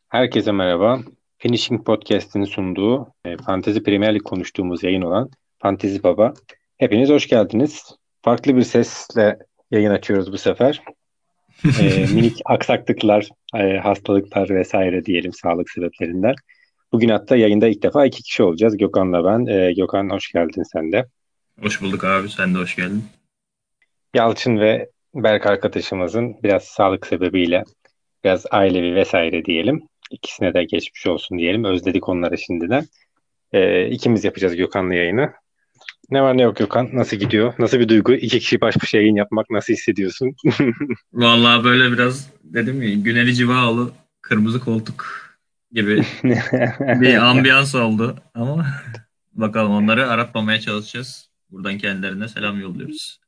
Herkese merhaba. Finishing Podcast'in sunduğu Fantezi Premier Lig konuştuğumuz yayın olan Fantezi Baba. Hepiniz hoş geldiniz. Farklı bir sesle yayın açıyoruz bu sefer. Minik aksaklıklar, hastalıklar vesaire diyelim sağlık sebeplerinden. Bugün hatta yayında ilk defa iki kişi olacağız. Gökhan'la ben. Gökhan hoş geldin sen de. Hoş bulduk abi. Sen de hoş geldin. Yalçın ve Berk arkadaşımızın biraz sağlık sebebiyle biraz ailevi vesaire diyelim. İkisine de geçmiş olsun diyelim. Özledik onları şimdiden. İkimiz yapacağız Gökhan'la yayını. Ne var ne yok Gökhan? Nasıl gidiyor? Nasıl bir duygu? İki kişi baş başa yayın yapmak nasıl hissediyorsun? Vallahi böyle biraz dedim ya Güneli Civaoğlu kırmızı koltuk gibi bir ambiyans oldu ama bakalım onları aratmamaya çalışacağız. Buradan kendilerine selam yolluyoruz.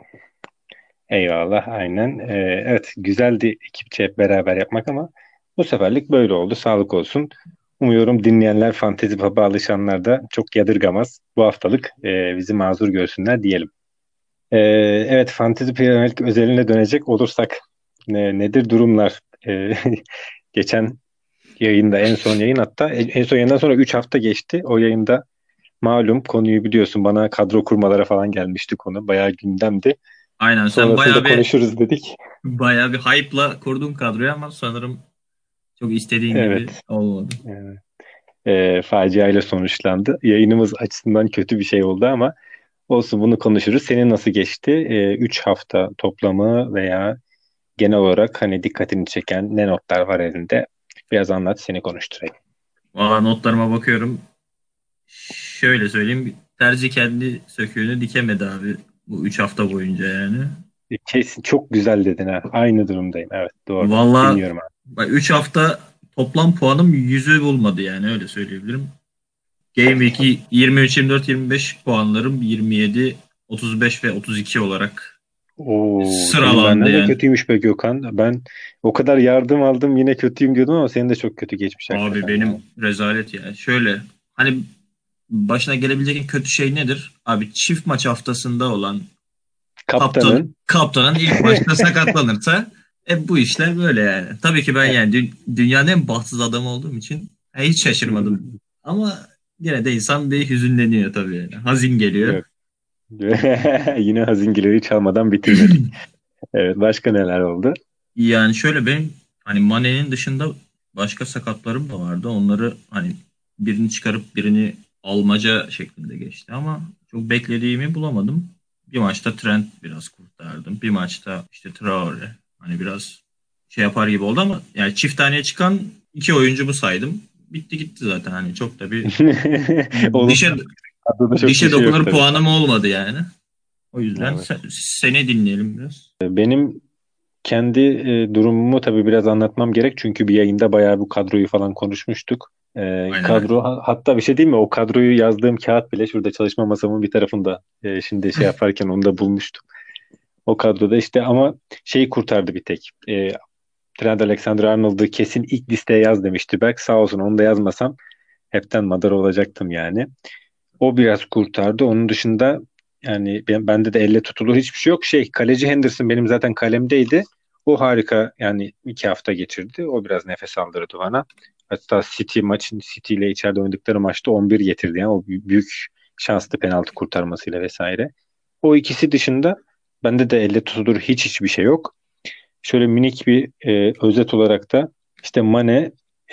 Eyvallah, aynen. Evet, güzeldi ekipçe hep beraber yapmak ama bu seferlik böyle oldu. Sağlık olsun. Umuyorum dinleyenler Fantezi Pub'a alışanlar da çok yadırgamaz. Bu haftalık bizi mazur görsünler diyelim. Ee, evet, Fantezi Premier Lig özeline dönecek olursak nedir durumlar? Geçen yayında en son yayın hatta en son yayından sonra 3 hafta geçti. O yayında malum konuyu biliyorsun bana kadro kurmalara falan gelmişti konu. Bayağı gündemdi. Aynen sen Sonrasında konuşuruz dedik. bayağı bir hype'la kurdun kadroyu ama sanırım çok istediğin gibi Evet. olmadı. Faciayla sonuçlandı. Yayınımız açısından kötü bir şey oldu ama olsun bunu konuşuruz. Senin nasıl geçti? 3 hafta toplamı veya genel olarak hani dikkatini çeken ne notlar var elinde? Biraz anlat seni konuşturayım. Valla notlarıma bakıyorum. Şöyle söyleyeyim. Tercih kendi söküğünü dikemedi abi bu 3 hafta boyunca yani. Kesin çok güzel dedin ha. Aynı durumdayım. Evet doğru. Valla Dinliyorum abi. 3 hafta toplam puanım 100'ü bulmadı yani öyle söyleyebilirim. Game Week'i 23, 24, 25 puanlarım 27, 35 ve 32 olarak Senin sıralandı benden de yani. kötüymüş be Gökhan. Ben o kadar yardım aldım yine kötüyüm diyordum ama senin de çok kötü geçmiş Abi hakikaten yani. benim rezalet ya. Şöyle hani başına gelebilecek en kötü şey nedir? Abi çift maç haftasında olan Kaptanın. kaptanın ilk maçta sakatlanırsa bu işler böyle yani. Tabii ki ben Evet. yani dünyanın en bahtsız adamı olduğum için hiç şaşırmadım. Ama yine de insan bir hüzünleniyor tabii yani. Hazin geliyor. Yok. Yine hazingileri çalmadan bitirmedik. Evet, başka neler oldu? Yani şöyle benim hani Mane'nin dışında başka sakatlarım da vardı. Onları hani birini çıkarıp birini almaca şeklinde geçti ama çok beklediğimi bulamadım. Bir maçta Trent biraz kurtardım. Bir maçta işte Traore hani biraz şey yapar gibi oldu ama yani çift taneye çıkan iki oyuncumu saydım. Bitti gitti zaten hani çok da bir Oğlum dişe kadroda çok bir dişe şey yok dokunur tabii. puanım olmadı yani. O yüzden Evet. seni dinleyelim biraz. Benim kendi durumumu tabii biraz anlatmam gerek. Çünkü bir yayında bayağı bu kadroyu falan konuşmuştuk. Aynen aynen. Kadro hatta bir şey değil mi? O kadroyu yazdığım kağıt bile şurada çalışma masamın bir tarafında. Şimdi şey yaparken onu da bulmuştum. O kadroda işte ama şeyi kurtardı bir tek. Trent Alexander-Arnold'u kesin ilk listeye yaz demişti. Belki sağ olsun onu da yazmasam hepten madara olacaktım yani. O biraz kurtardı. Onun dışında yani bende de elle tutulur hiçbir şey yok. Kaleci Henderson benim zaten kalemdeydi. O harika yani 2 hafta geçirdi. O biraz nefes aldırdı bana. Hatta City ile içeride oynadıkları maçta 11 getirdi. Yani o büyük şanslı penaltı kurtarmasıyla vesaire. O ikisi dışında bende de elle tutulur hiçbir şey yok. Şöyle minik bir özet olarak da işte Mane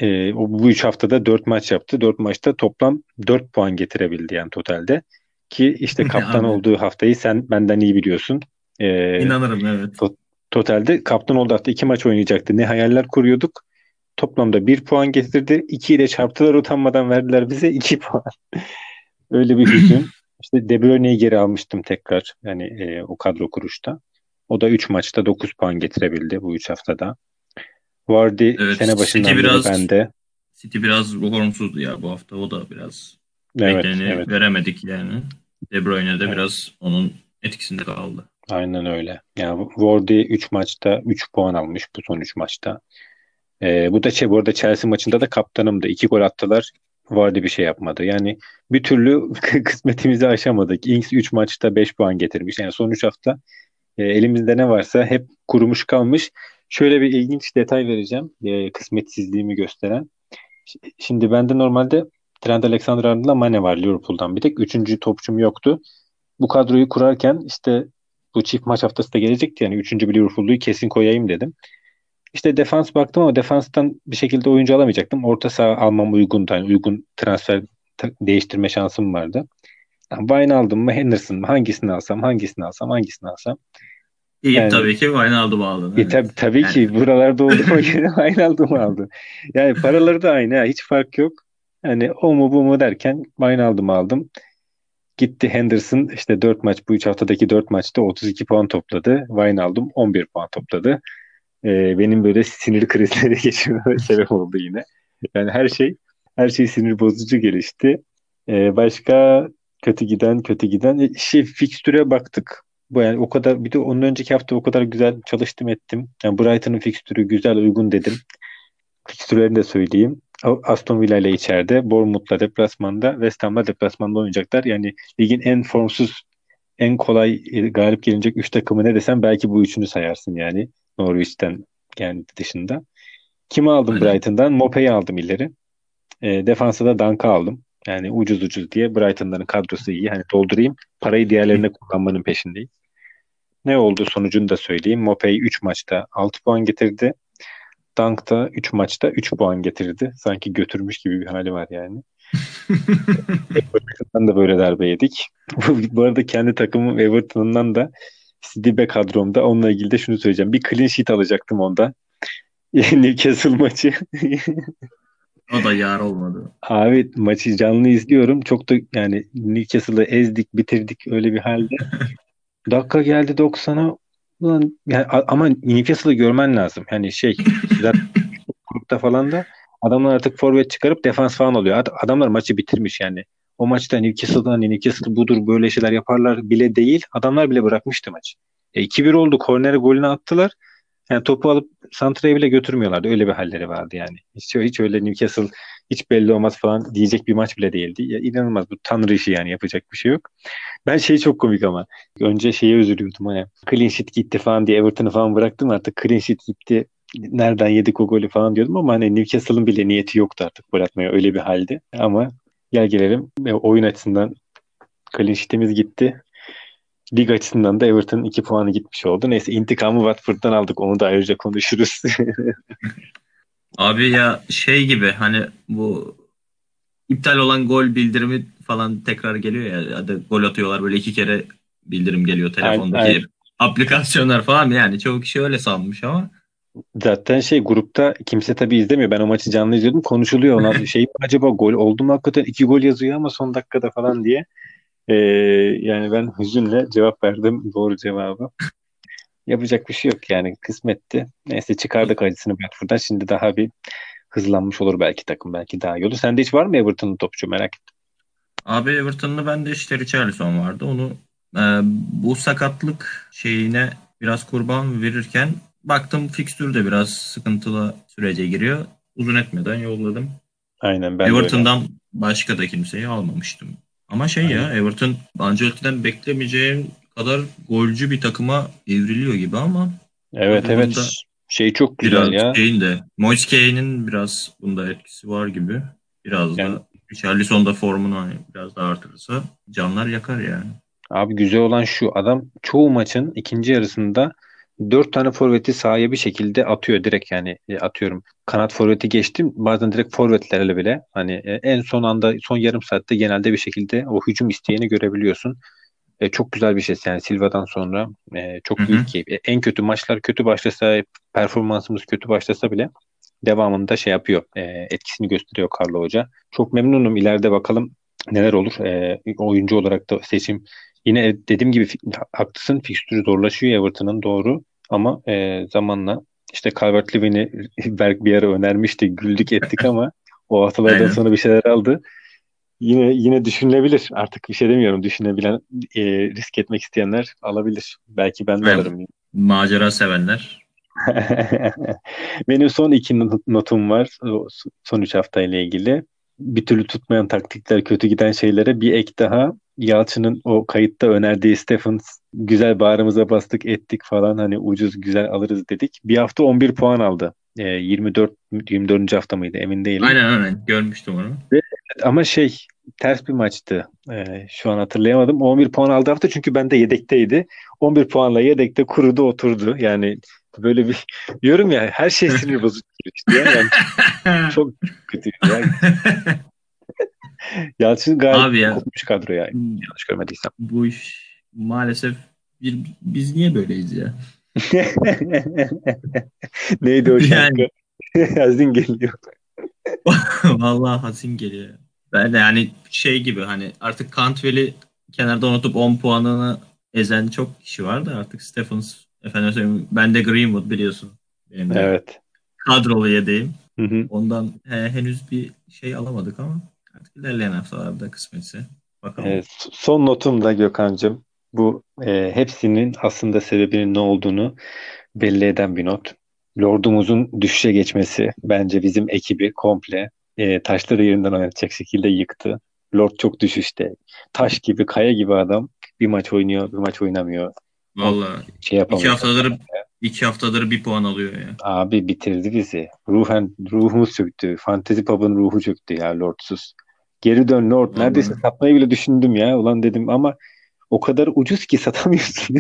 bu 3 haftada 4 maç yaptı. 4 maçta toplam 4 puan getirebildi yani totalde. Ki işte kaptan Abi olduğu haftayı sen benden iyi biliyorsun. E, inanırım evet. totalde kaptan olduğu hafta 2 maç oynayacaktı. Ne hayaller kuruyorduk. Toplamda 1 puan getirdi. 2 ile çarptılar utanmadan verdiler bize 2 puan. Öyle bir hüzün. İşte De Bruyne'yi geri almıştım tekrar. Yani o kadro kuruşta. O da 3 maçta 9 puan getirebildi bu 3 haftada. Vardy Evet, sene başından beri bende. City biraz formsuzdu ya bu hafta. O da biraz Evet, bekleneni evet, veremedik yani. De Bruyne de evet. biraz onun etkisinde kaldı. Aynen öyle. Yani Vardy 3 maçta 3 puan almış bu son 3 maçta. Bu da bu arada Chelsea maçında da kaptanımdı. 2 gol attılar. Vardy bir şey yapmadı. Yani bir türlü kısmetimizi aşamadık. Ings 3 maçta 5 puan getirmiş. Yani son 3 hafta elimizde ne varsa hep kurumuş kalmış. Şöyle bir ilginç detay vereceğim. Kısmetsizliğimi gösteren. Şimdi bende normalde Trent Alexander-Arnold'la Mane var Liverpool'dan. Bir tek üçüncü topçum yoktu. Bu kadroyu kurarken işte bu çift maç haftası da gelecekti, yani üçüncü bir Liverpool'luyu kesin koyayım dedim. İşte defans baktım ama defanstan bir şekilde oyuncu alamayacaktım. Orta saha almam uygundu. Yani uygun transfer değiştirme şansım vardı. Yani Bayern aldım mı, Henderson mı? Hangisini alsam, hangisini alsam, hangisini alsam? İyiyip Yani tabii ki Wijnaldum'u aldın. Evet. tabii Yani ki buralarda olduğuma göre aynı aldım aldı. Yani paraları da aynı ha, hiç fark yok. Yani o mu bu mu derken aynı aldım. Gitti Henderson işte 4 maç, bu 3 haftadaki 4 maçta 32 puan topladı. Wijnaldum 11 puan topladı. Benim böyle sinir krizleri geçirmeme sebep oldu yine. Yani her şey sinir bozucu gelişti. Başka kötü giden fikstüre baktık. Bu yani o kadar, bir de onun önceki hafta o kadar güzel çalıştım ettim. Yani Brighton'ın fikstürü güzel, uygun dedim. Fikstürlerini de söyleyeyim. Aston Villa ile içeride, Bournemouth'la deplasmanda, West Ham'la deplasmanda oynayacaklar. Yani ligin en formsuz, en kolay galip gelinecek 3 takımı ne desem belki bu üçünü sayarsın yani. Norwich'ten yani dışında. Kimi aldım aynen. Brighton'dan? Mope'yi aldım ileri. Defansa da Dunk'ı aldım. Yani ucuz ucuz diye, Brighton'ların kadrosu iyi. Hani doldurayım. Parayı diğerlerine kullanmanın peşindeyim. Ne oldu sonucunu da söyleyeyim. Mopey 3 maçta 6 puan getirdi. Dunk da 3 maçta 3 puan getirdi. Sanki götürmüş gibi bir hali var yani. Everton'dan da böyle darbe yedik. Bu arada kendi takımım Everton'dan da Sidibe kadromda. Onunla ilgili de şunu söyleyeceğim. Bir clean sheet alacaktım onda. Newcastle maçı. O da yar olmadı. Abi maçı canlı izliyorum. Çok da yani Newcastle'ı ezdik, bitirdik öyle bir halde. Dakika geldi 90'a. Ulan, yani, ama Newcastle'ı görmen lazım. Yani zaten grupta falan da adamlar artık forvet çıkarıp defans falan oluyor. Adamlar maçı bitirmiş yani. O maçta Newcastle budur, böyle şeyler yaparlar bile değil. Adamlar bile bırakmıştı maçı. 2-1 oldu. Kornere golünü attılar. Yani topu alıp santraya bile götürmüyorlardı. Öyle bir halleri vardı yani. Hiç öyle Newcastle hiç belli olmaz falan diyecek bir maç bile değildi. Ya, inanılmaz, bu tanrı işi yani, yapacak bir şey yok. Ben çok komik ama. Önce şeye üzülüyordum hani. Clean sheet gitti falan diye Everton'ı falan bıraktım, artık clean sheet gitti. Nereden yedik o golü falan diyordum ama hani Newcastle'ın bile niyeti yoktu artık bırakmaya, öyle bir halde. Ama gel gelelim oyun açısından clean sheet'imiz gitti. Lig açısından da Everton'ın 2 puanı gitmiş oldu. Neyse, intikamı Watford'dan aldık. Onu da ayrıca konuşuruz. Abi ya şey gibi hani bu iptal olan gol bildirimi falan tekrar geliyor ya. Ya da gol atıyorlar böyle iki kere bildirim geliyor telefondaki Aynen. aplikasyonlar falan yani çoğu kişi öyle sanmış ama Zaten grupta kimse tabii izlemiyor. Ben o maçı canlı izliyordum. Konuşuluyor ona. Acaba gol oldu mu hakikaten? 2 gol yazıyor ama son dakikada falan diye. Ee, Yani ben hüzünle cevap verdim doğru cevabı. Yapacak bir şey yok yani, kısmetti. Neyse, çıkardık acısını Brentford'dan. Şimdi daha bir hızlanmış olur belki takım. Belki daha iyi olur. Sende hiç var mı Everton'un topçu, merak ettim. abi Everton'da bende işte Richarlison vardı. Onu bu sakatlık şeyine biraz kurban verirken baktım fikstür de biraz sıkıntılı sürece giriyor. Uzun etmeden yolladım. Aynen, ben de öyle Everton'dan yaptım. başka da kimseyi almamıştım. Ama şey Aynen. ya Everton Ancelotti'den beklemeyeceğim kadar golcü bir takıma evriliyor gibi ama Evet, tabii evet, bunda çok güzel biraz ya. şeyin de Moise Kean'in biraz bunda etkisi var gibi. Biraz Yani da Richarlison da formunu hani biraz daha artırırsa canlar yakar yani. abi, güzel olan şu: adam çoğu maçın ikinci yarısında 4 tane forveti sahaya bir şekilde atıyor direkt, yani atıyorum kanat forveti geçtim, bazen direkt forvetlerle bile hani en son anda, son yarım saatte genelde bir şekilde o hücum isteğini görebiliyorsun. Çok güzel bir şey yani, Silva'dan sonra Hı çok hı. büyük keyif. En kötü maçlar kötü başlasa, performansımız kötü başlasa bile devamında yapıyor, etkisini gösteriyor Carlo Hoca. Çok memnunum, ileride bakalım neler olur. Oyuncu olarak da seçim, yine dediğim gibi haklısın, fikstürü zorlaşıyor Everton'ın, doğru, ama zamanla işte Calvert-Lewin'i Berk bir ara önermişti, güldük ettik ama o haftalardan Aynen. sonra bir şeyler aldı. Yine düşünülebilir. Artık bir şey demiyorum. Düşünebilen, risk etmek isteyenler alabilir. Belki ben de Aynen. alırım. Macera sevenler. Benim son iki notum var. Son 3 haftayla ilgili. Bir türlü tutmayan taktikler, kötü giden şeylere bir ek daha. Yalçın'ın o kayıtta önerdiği Stephens güzel bağrımıza bastık ettik falan hani ucuz güzel alırız dedik. Bir hafta 11 puan aldı. 24. hafta mıydı emin değilim. Aynen aynen görmüştüm onu. Evet, ama ters bir maçtı. Şu an hatırlayamadım. 11 puan aldı hafta çünkü bende yedekteydi. 11 puanla yedekte kurudu oturdu. Yani böyle bir diyorum ya her şey sinir bozucu işte ya. Yani çok kötü ya. Yalçın gayet Abi ya kopmuş kadro yani. Yanlış görmediysem. bu iş maalesef biz niye böyleyiz ya? Neydi o şarkı? Yani Yazın geliyor. vallahi hazin geliyor. Ben de yani şey gibi hani artık Cantwell'i kenarda unutup 10 puanını ezen çok kişi var da artık Stephens efendim söyleyeyim, ben de Greenwood biliyorsun. Benim de Evet. kadrolu yedeğim. Hı hı. Ondan henüz bir şey alamadık ama artık ilerleyen haftalarda kısmetse bakalım. Son notum da Gökhan'cığım. Bu hepsinin aslında sebebinin ne olduğunu belli eden bir not. Lord'umuzun düşüşe geçmesi bence bizim ekibi komple taşları yerinden oynatacak şekilde yıktı. Lord çok düşüşte. Taş gibi, kaya gibi adam. Bir maç oynuyor, bir maç oynamıyor. O Vallahi şey iki yapamıyor. haftadır iki haftadır bir puan alıyor ya. Abi bitirdi bizi. Ruhumuz çöktü. Fantezi Pub'ın ruhu çöktü ya Lord'suz. Geri dön Lord. Neredeyse Vallahi. satmayı bile düşündüm ya. Ulan dedim ama o kadar ucuz ki satamıyorsun.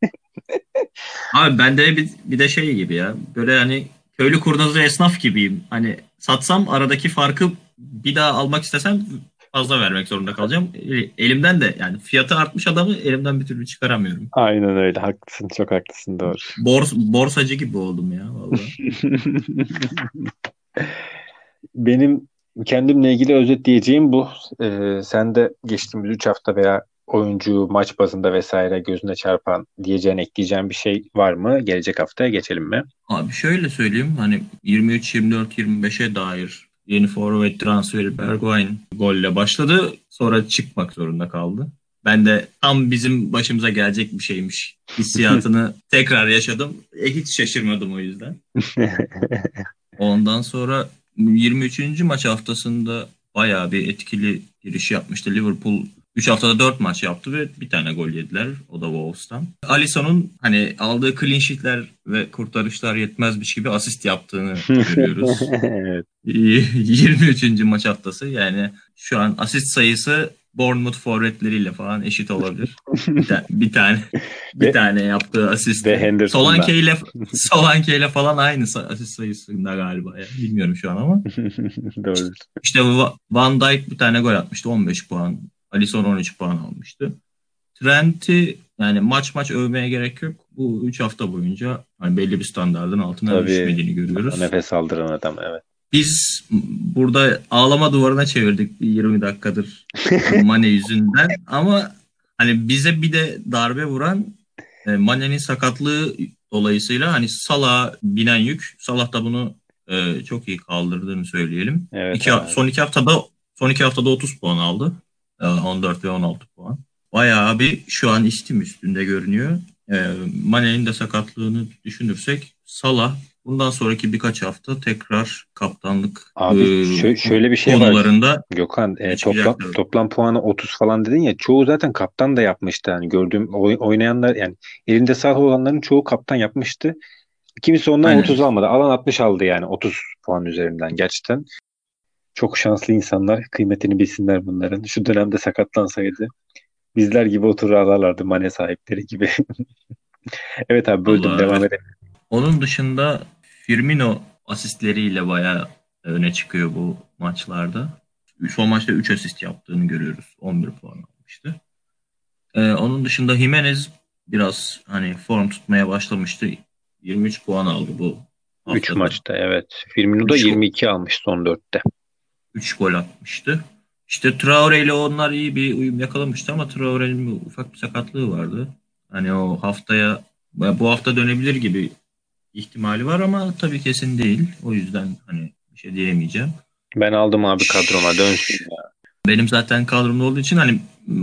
Abi ben de bir de şey gibi ya. Böyle hani köylü kurnazı esnaf gibiyim. Hani satsam aradaki farkı bir daha almak istesem fazla vermek zorunda kalacağım. Elimden de yani fiyatı artmış adamı elimden bir türlü çıkaramıyorum. Aynen öyle. Haklısın. Çok haklısın. Doğru. Borsacı gibi oldum ya vallahi. Benim kendimle ilgili özetleyeceğim bu. Sen de geçtiğimiz 3 hafta veya oyuncu maç bazında vesaire gözüne çarpan diyeceğin, ekleyeceğin bir şey var mı? Gelecek haftaya geçelim mi? Abi şöyle söyleyeyim hani 23, 24, 25'e dair yeni forvet transferi Bergwijn golle başladı. Sonra çıkmak zorunda kaldı. Ben de tam bizim başımıza gelecek bir şeymiş hissiyatını tekrar yaşadım. Hiç şaşırmadım o yüzden. Ondan sonra 23. maç haftasında bayağı bir etkili giriş yapmıştı. Liverpool 3 haftada 4 maç yaptı ve bir tane gol yediler. O da Wolves'tan. Alisson'un hani aldığı clean sheet'ler ve kurtarışlar yetmezmiş gibi asist yaptığını görüyoruz. Evet. 23. maç haftası yani şu an asist sayısı Bournemouth forvetleriyle falan eşit olabilir. Bir tane bir Ve, tane yaptığı ve asistle. Henderson'da. Solanke ile falan aynı asist sayısında galiba ya. Bilmiyorum şu an ama. Doğru. İşte Van Dijk bir tane gol atmıştı 15 puan. Alisson 13 puan almıştı. Trent'i yani maç maç övmeye gerek yok. Bu 3 hafta boyunca hani belli bir standardın altına Tabii düşmediğini görüyoruz. nefes aldıran adam, evet. Biz burada ağlama duvarına çevirdik bir 20 dakikadır Mane yüzünden ama hani bize bir de darbe vuran Mane'nin sakatlığı dolayısıyla hani Salah'a binen yük. Salah da bunu çok iyi kaldırdığını söyleyelim. Evet abi. Son iki haftada 30 puan aldı. 14 ve 16 puan. Bayağı bir şu an istim üstünde görünüyor. Mane'nin de sakatlığını düşünürsek Salah bundan sonraki birkaç hafta tekrar kaptanlık Abi şöyle bir şey var. konularında Gökhan, öne toplam çıkacaktır. toplam puanı 30 falan dedin ya, çoğu zaten kaptan da yapmıştı. Yani gördüğüm oynayanlar, yani elinde sağ olanların çoğu kaptan yapmıştı. Kimisi ondan Aynen. 30 almadı. Alan 60 aldı yani 30 puan üzerinden. Gerçekten çok şanslı insanlar. Kıymetini bilsinler bunların. Şu dönemde sakatlansaydı bizler gibi oturur ağlarlardı, Mane sahipleri gibi. Evet abi, böldüm, Vallahi devam öyle. edelim. Onun dışında Firmino asistleriyle bayağı öne çıkıyor bu maçlarda. Son maçta 3 asist yaptığını görüyoruz. 11 puan almıştı. Onun dışında Jimenez biraz hani form tutmaya başlamıştı. 23 puan aldı bu 3 haftada. maçta, evet. Firmino da 3 22 almış son 4'te. 3 gol atmıştı. İşte Traore ile onlar iyi bir uyum yakalamıştı ama Traore'nin bir ufak bir sakatlığı vardı. Hani o haftaya bu hafta dönebilir gibi ihtimali var ama tabii kesin değil. O yüzden hani bir şey diyemeyeceğim. Ben aldım abi kadroma, dönsün ya. Benim zaten kadromda olduğu için hani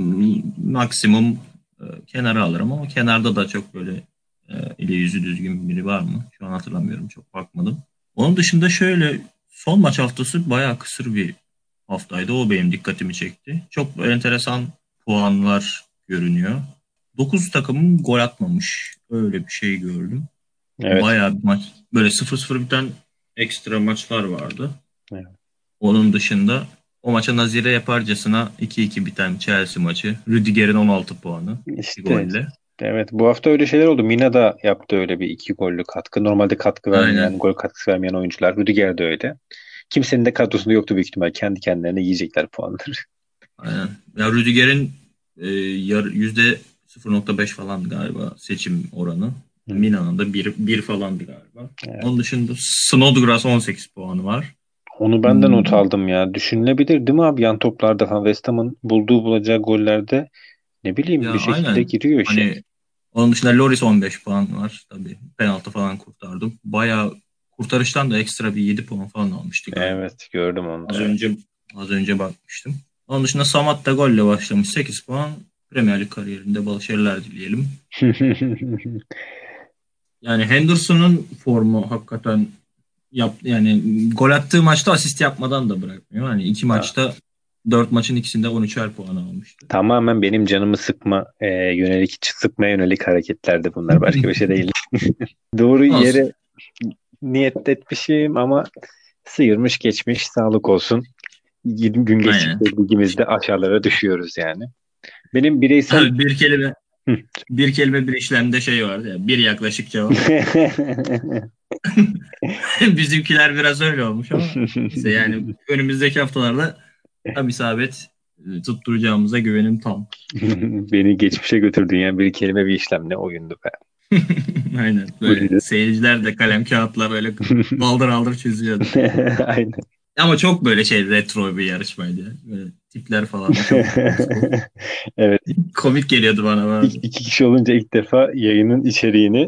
maksimum kenara alırım ama kenarda da çok böyle eli yüzü düzgün biri var mı? Şu an hatırlamıyorum. Çok bakmadım. Onun dışında şöyle son maç haftası bayağı kısır bir haftaydı. O benim dikkatimi çekti. Çok enteresan puanlar görünüyor. 9 takımın gol atmamış. Öyle bir şey gördüm. Evet. Bayağı bir maç. Böyle 0-0 biten ekstra maçlar vardı. Evet. Onun dışında o maça nazire yaparcasına 2-2 biten Chelsea maçı. Rüdiger'in 16 puanı bir İşte golle. evet, bu hafta öyle şeyler oldu. Mina da yaptı öyle bir iki gollü katkı. Normalde katkı vermeyen, Aynen. gol katkısı vermeyen oyuncular. Rüdiger de öyle. Kimsenin de kadrosunda yoktu büyük ihtimal. Kendi kendilerine yiyecekler puanları. Aynen. Ya Rüdiger'in %0.5 falan galiba seçim oranı. Hı. Mina'nın da bir falandı galiba. Evet. Onun dışında Snodgrass 18 puanı var. Onu ben de not Hmm, aldım ya. Düşünülebilir değil mi abi? Yan toplarda falan West Ham'ın bulacağı gollerde ne bileyim bir ya şekilde aynen. giriyor işe. Hani onun dışında Loris 15 puan var. Tabii penaltı falan kurtardım. Bayağı kurtarıştan da ekstra bir 7 puan falan almıştı galiba. Evet, gördüm onu Az da. önce az önce bakmıştım. Onun dışında Samat da golle başlamış 8 puan. Premier Lig kariyerinde başarılar dileyelim. Yani Henderson'un formu hakikaten yani gol attığı maçta asist yapmadan da bırakmıyor. Hani iki Ha, maçta 4 maçın ikisinde 13'er puan almıştı. tamamen benim canımı sıkmaya yönelik hareketlerdi bunlar. Başka bir şey değil. Doğru Olsun. yere niyet etmişim ama sıyırmış geçmiş, sağlık olsun. 20 gün Aynen. geçtikçe ligimizde aşağılara düşüyoruz yani. Benim bireysel Abi Hı. bir kelime bir işlemde şey vardı ya. Bir yaklaşık cevap. Bizimkiler biraz öyle olmuş ama neyse yani önümüzdeki haftalarda tam isabet tutturacağımıza güvenim tam. Beni geçmişe götürdün yani, bir kelime bir işlem, ne oyundu be. Aynen. Böyle Buydu. seyirciler de kalem kağıtla böyle baldır aldır çiziyordu. Aynen. Ama çok böyle şey retro bir yarışmaydı ya. Böyle tipler falan da çok old school. Evet. Komik geliyordu bana İki, bazen. iki kişi olunca ilk defa yayının içeriğini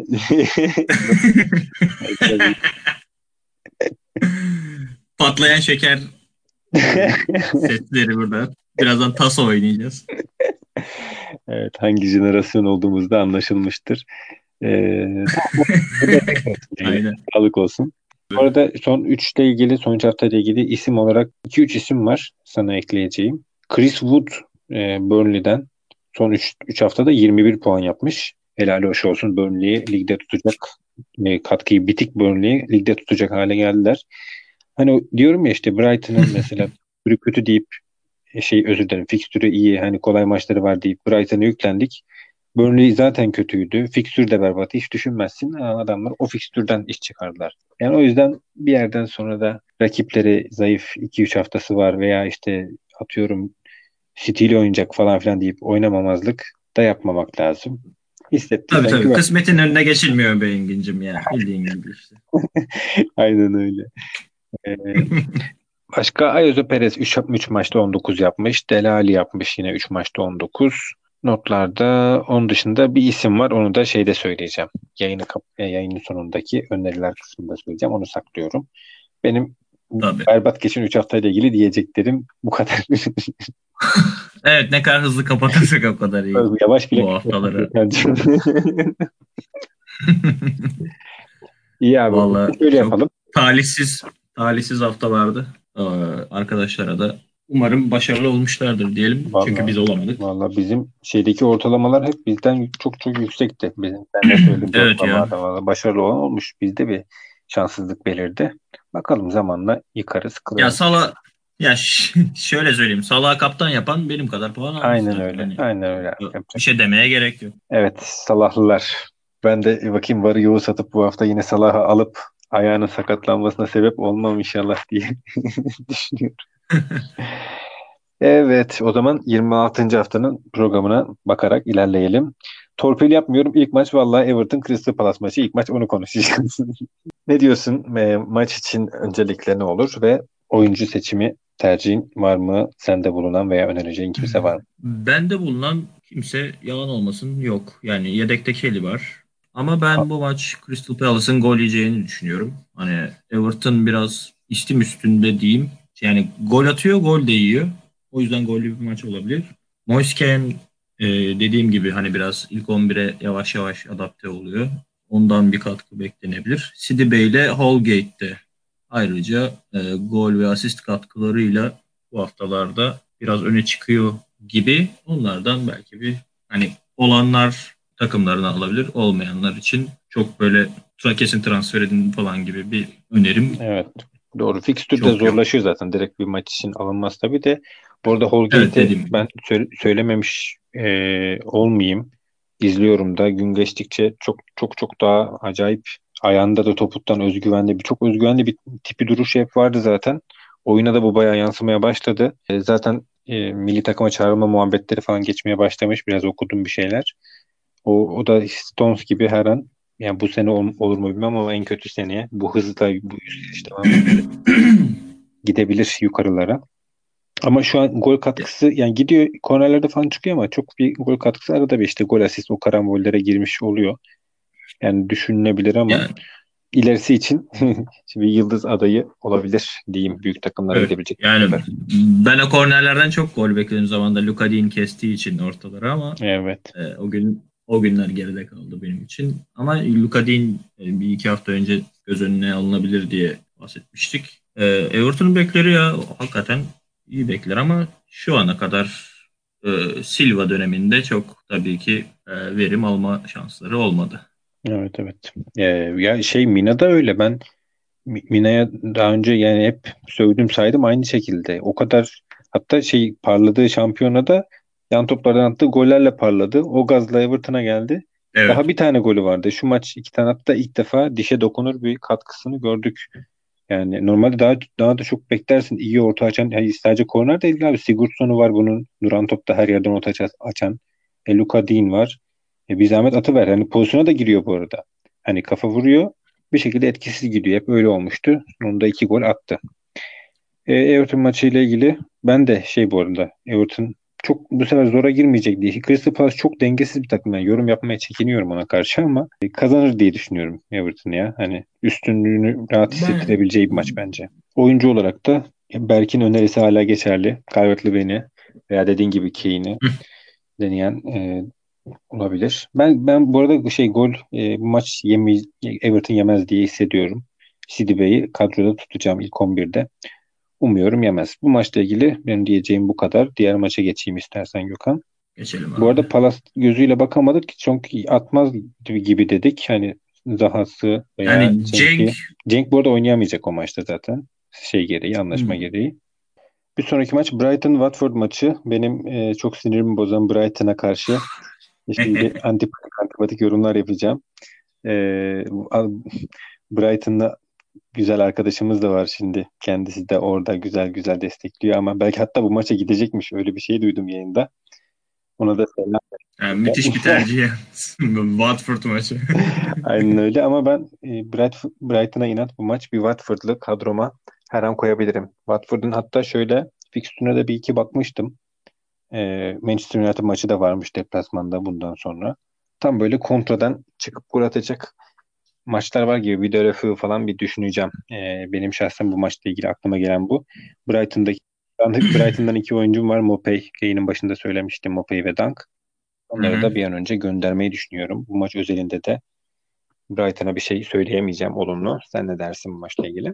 Patlayan şeker setleri burada. Birazdan taso oynayacağız. evet, hangi jenerasyon olduğumuzda anlaşılmıştır. Tamam. Burada emek olsun yayına. Aynen. Sağlık olsun. Bu arada son 3 ile ilgili, son 3 hafta ile ilgili isim olarak 2-3 isim var sana ekleyeceğim. Chris Wood Burnley'den son 3 haftada 21 puan yapmış. Helal hoş olsun, Burnley'i ligde tutacak katkıyı, bitik Burnley'i ligde tutacak hale geldiler. Hani diyorum ya, işte Brighton'ın mesela fikstürü kötü deyip özür dilerim, fikstürü iyi, hani kolay maçları var deyip Brighton'a yüklendik. Burnley zaten kötüydü. Fikstür de berbat. Hiç düşünmezsin. Ha, adamlar o fikstürden iş çıkardılar. Yani o yüzden bir yerden sonra da rakipleri zayıf, 2-3 haftası var veya işte atıyorum City ile oynayacak falan filan deyip oynamamazlık da yapmamak lazım. Tabii Hissettiysen tabii. güven. Kısmetin önüne geçilmiyor be Engin'cim ya. Bildiğin gibi işte. Aynen öyle. Ee, Başka Ayoze Perez 3 maçta 19 yapmış. Dele Alli yapmış yine 3 maçta 19. Notlarda onun dışında bir isim var. Onu da şeyde söyleyeceğim. Yayının sonundaki öneriler kısmında söyleyeceğim. Onu saklıyorum. Benim Tabii. berbat geçen 3 haftayla ilgili diyeceklerim bu kadar. Evet ne kadar hızlı kapatırsak o kadar iyi Yavaş bile bu kapattık haftaları. Gökhan'cığım. İyi abi. Vallahi Şöyle çok yapalım. talihsiz talihsiz haftalardı. Arkadaşlara da umarım başarılı olmuşlardır diyelim. Çünkü Vallahi biz olamadık. vallahi bizim şeydeki ortalamalar hep bizden çok çok yüksekti. Sen de söylediğimiz Evet ya. ortalamalardan vallahi başarılı olan olmuş. Bizde bir şanssızlık belirdi. Bakalım zamanla yıkarız, Ya kırarız. Sala ya şöyle söyleyeyim. Salah'ı kaptan yapan benim kadar puan almış Aynen zaten. öyle. Hani Aynen öyle. bir Yapacak. şey demeye gerek yok. Evet, Salahlılar. Ben de bakayım, varı yoğu satıp bu hafta yine Salah'ı alıp ayağının sakatlanmasına sebep olmam inşallah diye düşünüyorum. Evet, o zaman 26. haftanın programına bakarak ilerleyelim. Torpil yapmıyorum. İlk maç vallahi Everton Crystal Palace maçı. İlk maç onu konuşacağız. Ne diyorsun? Maç için öncelikle ne olur ve oyuncu seçimi tercihin var mı? Sende bulunan veya önereceğin kimse var mı? Bende bulunan kimse yalan olmasın yok. Yani yedekte Kelly var. Ama A- ben bu maç Crystal Palace'ın gol yiyeceğini düşünüyorum. Hani Everton biraz istim üstünde diyeyim. Yani gol atıyor, gol de yiyor. O yüzden gollü bir maç olabilir. Moise Kean, dediğim gibi hani biraz ilk 11'e yavaş yavaş adapte oluyor. Ondan bir katkı beklenebilir. Sidibe ile Holgate de ayrıca gol ve asist katkılarıyla bu haftalarda biraz öne çıkıyor gibi onlardan belki bir hani olanlar takımlarına alabilir, olmayanlar için çok böyle kesin transfer edin falan gibi bir önerim Evet. Doğru. Fikstür de çok yok. zorlaşıyor zaten. Direkt bir maç için alınmaz tabii de. Bu arada Evet, Holgate'i dediğim gibi. ben söylememiş olmayayım. İzliyorum da gün geçtikçe çok çok çok daha acayip, ayağında da topuktan özgüvenli, çok özgüvenli bir tipi duruş hep vardı zaten. Oyuna da bu bayağı yansımaya başladı. Zaten milli takıma çağrılma muhabbetleri falan geçmeye başlamış. Biraz okudum bir şeyler. O da Stones gibi her an, yani bu sene olur mu bilmem ama en kötü seneye bu hızla bu işte devam ederse gidebilir yukarılara. Ama şu an gol katkısı, yani gidiyor kornerlerde falan çıkıyor ama çok bir gol katkısı, arada bir işte gol asist o karambollere girmiş oluyor. Yani düşünülebilir ama Yani ilerisi için şimdi yıldız adayı olabilir diyeyim, büyük takımlara evet. gidebilecek bir Yani stoper. ben o kornerlerden çok gol beklediğim zaman da Luka Dean kestiği için ortaları ama Evet. o günler geride kaldı benim için. Ama Luka Dean bir iki hafta önce göz önüne alınabilir diye bahsetmiştik. Everton'un bekleri ya hakikaten iyi bekler ama şu ana kadar Silva döneminde çok tabii ki verim alma şansları olmadı. Evet, evet. Ya şey, Mina da öyle. Ben Mina'ya daha önce yani hep sövdüm saydım aynı şekilde. O kadar, hatta şey, parladığı şampiyonada yan toplardan attığı gollerle parladı. O gazla Everton'a geldi. Daha Evet. bir tane golü vardı. Şu maç iki tane attı. İlk defa dişe dokunur bir katkısını gördük. Yani normalde daha da çok beklersin. İyi orta açan. Yani sadece korner değil abi. Sigurdsson'u var bunun. Duran topta her yerden orta açan. Luka Dean var. Bir zahmet atıver. Hani pozisyona da giriyor bu arada. Hani kafa vuruyor. Bir şekilde etkisiz gidiyor. Hep öyle olmuştu. Sonunda iki gol attı. Everton maçıyla ilgili ben de şey, bu arada Everton çok bu sefer zora girmeyecek diye. Crystal Palace çok dengesiz bir takım. Yani yorum yapmaya çekiniyorum ona karşı ama kazanır diye düşünüyorum Everton ya. Hani üstünlüğünü rahat Ben hissettirebileceği bir maç bence. Oyuncu olarak da Berk'in önerisi hala geçerli. Calvert-Lewin'i veya dediğin gibi Kane'i deneyen olabilir. Ben bu arada şey, gol bu maç Everton yemez diye hissediyorum. Sidibe'yi kadroda tutacağım ilk 11'de. Umuyorum yemez. Bu maçla ilgili benim diyeceğim bu kadar. Diğer maça geçeyim istersen Gökhan. geçelim Bu abi. arada Palas gözüyle bakamadık. Çünkü atmaz gibi dedik. Hani Zaha'sı veya Yani Cenk. Cenk'i. Cenk bu arada oynayamayacak o maçta zaten. Şey gereği, anlaşma Hmm. gereği. Bir sonraki maç Brighton-Watford maçı. Benim çok sinirimi bozan Brighton'a karşı. Şimdi antipatik antipatik yorumlar yapacağım. E, Brighton'la güzel arkadaşımız da var şimdi. Kendisi de orada güzel güzel destekliyor ama belki hatta bu maça gidecekmiş. Öyle bir şey duydum yayında. Ona da selam. Yani müthiş bir tercih yalnız. Watford maçı. Aynen öyle ama ben Brighton'a inat bu maç bir Watford'lı kadroma her an koyabilirim. Watford'un hatta şöyle fikstürüne de bir iki bakmıştım. Manchester United maçı da varmış deplasmanda bundan sonra. Tam böyle kontradan çıkıp gol atacak maçlar var gibi, video refü falan bir düşüneceğim. Benim şahsen bu maçla ilgili aklıma gelen bu. Brighton'daki Brighton'dan iki oyuncum var. Mopey, yayının başında söylemiştim, Mopey ve Dunk. Hı Onları hı. da bir an önce göndermeyi düşünüyorum. Bu maç özelinde de Brighton'a bir şey söyleyemeyeceğim olumlu. Sen ne dersin bu maçla ilgili?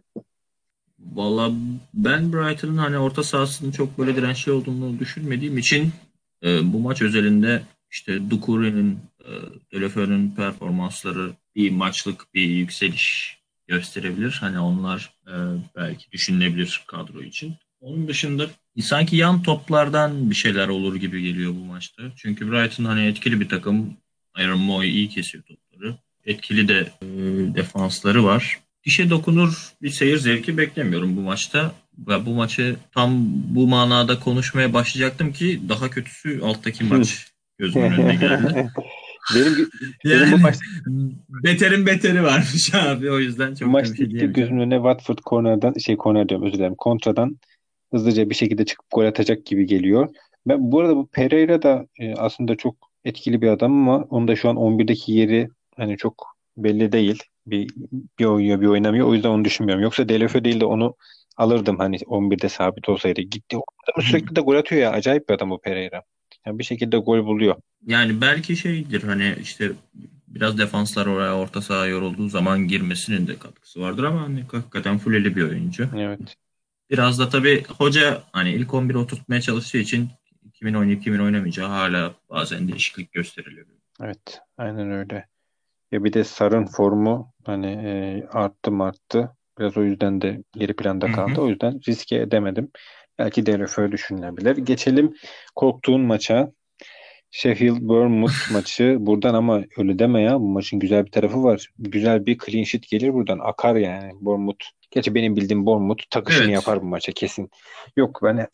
Valla ben Brighton'ın hani orta sahasının çok böyle dirençli olduğunu düşünmediğim için bu maç özelinde işte Doucouré'nin, Deulofeu'nun performansları bir maçlık bir yükseliş gösterebilir. Hani onlar belki düşünülebilir kadro için. Onun dışında sanki yan toplardan bir şeyler olur gibi geliyor bu maçta. Çünkü Brighton hani etkili bir takım. Aaron Moy iyi kesiyor topları. Etkili de defansları var. Dişe dokunur bir seyir zevki beklemiyorum bu maçta. Ve bu maçı tam bu manada konuşmaya başlayacaktım ki daha kötüsü alttaki maç gözümün önüne geldi. Benim benim bu Yani maçta beterin beteri varmış abi, o yüzden bu çok da bir maçta şey işte diyemeyeceğim. gözümün önüne Watford kornerden, şey, korner diyorum, özür dilerim, kontradan hızlıca bir şekilde çıkıp gol atacak gibi geliyor. Ben bu arada bu Pereira da aslında çok etkili bir adam ama onun da şu an 11'deki yeri hani çok belli değil. Bir oynuyor bir oynamıyor. O yüzden onu düşünmüyorum. Yoksa Delofeu değil de onu alırdım hani 11'de sabit olsaydı. Gitti. O adam sürekli de gol atıyor ya. Acayip bir adam bu Pereira. Yani bir şekilde gol buluyor. Yani belki şeydir hani işte biraz defanslar oraya orta saha yorulduğu zaman girmesinin de katkısı vardır ama hani hakikaten fulleli bir oyuncu. Evet. Biraz da tabii hoca hani ilk 11'e oturtmaya çalıştığı için kimin oynayıp kimin oynamayacağı hala bazen değişiklik gösteriliyor. Evet, aynen öyle. Ya bir de Sar'ın formu hani arttı mı arttı. Biraz o yüzden de geri planda Hı hı. kaldı. O yüzden riske edemedim. Belki DRF düşünülebilir. Geçelim korktuğun maça. Sheffield Bournemouth maçı buradan ama öyle deme ya. Bu maçın güzel bir tarafı var. Güzel bir clean sheet gelir buradan. Akar yani Bournemouth. Gerçi benim bildiğim Bournemouth takışını Evet. yapar bu maça kesin. Yok ben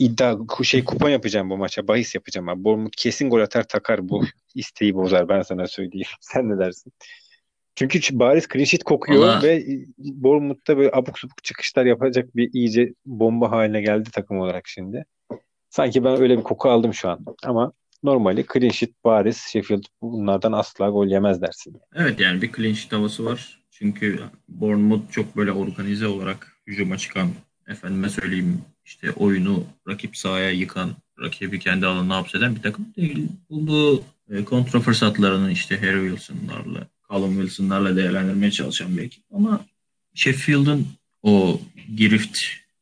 kupa yapacağım bu maça. Bahis yapacağım abi. Bournemouth kesin gol atar takar bu isteği bozar ben sana söyleyeyim. Sen ne dersin? Çünkü bariz clean sheet kokuyor Valla ve Bournemouth'ta böyle abuk subuk çıkışlar yapacak bir iyice bomba haline geldi takım olarak şimdi. Sanki ben öyle bir koku aldım şu an. Ama normali clean sheet bariz Sheffield bunlardan asla gol yemez dersin. evet, yani bir clean sheet havası var. Çünkü Bournemouth çok böyle organize olarak hücuma çıkan, efendime söyleyeyim işte oyunu rakip sahaya yıkan, rakibi kendi alanına hapseden bir takım değil. Bulduğu kontra fırsatlarını işte Harry Wilson'larla, Callum Wilson'larla değerlendirmeye çalışan bir ekip. Ama Sheffield'ın o girift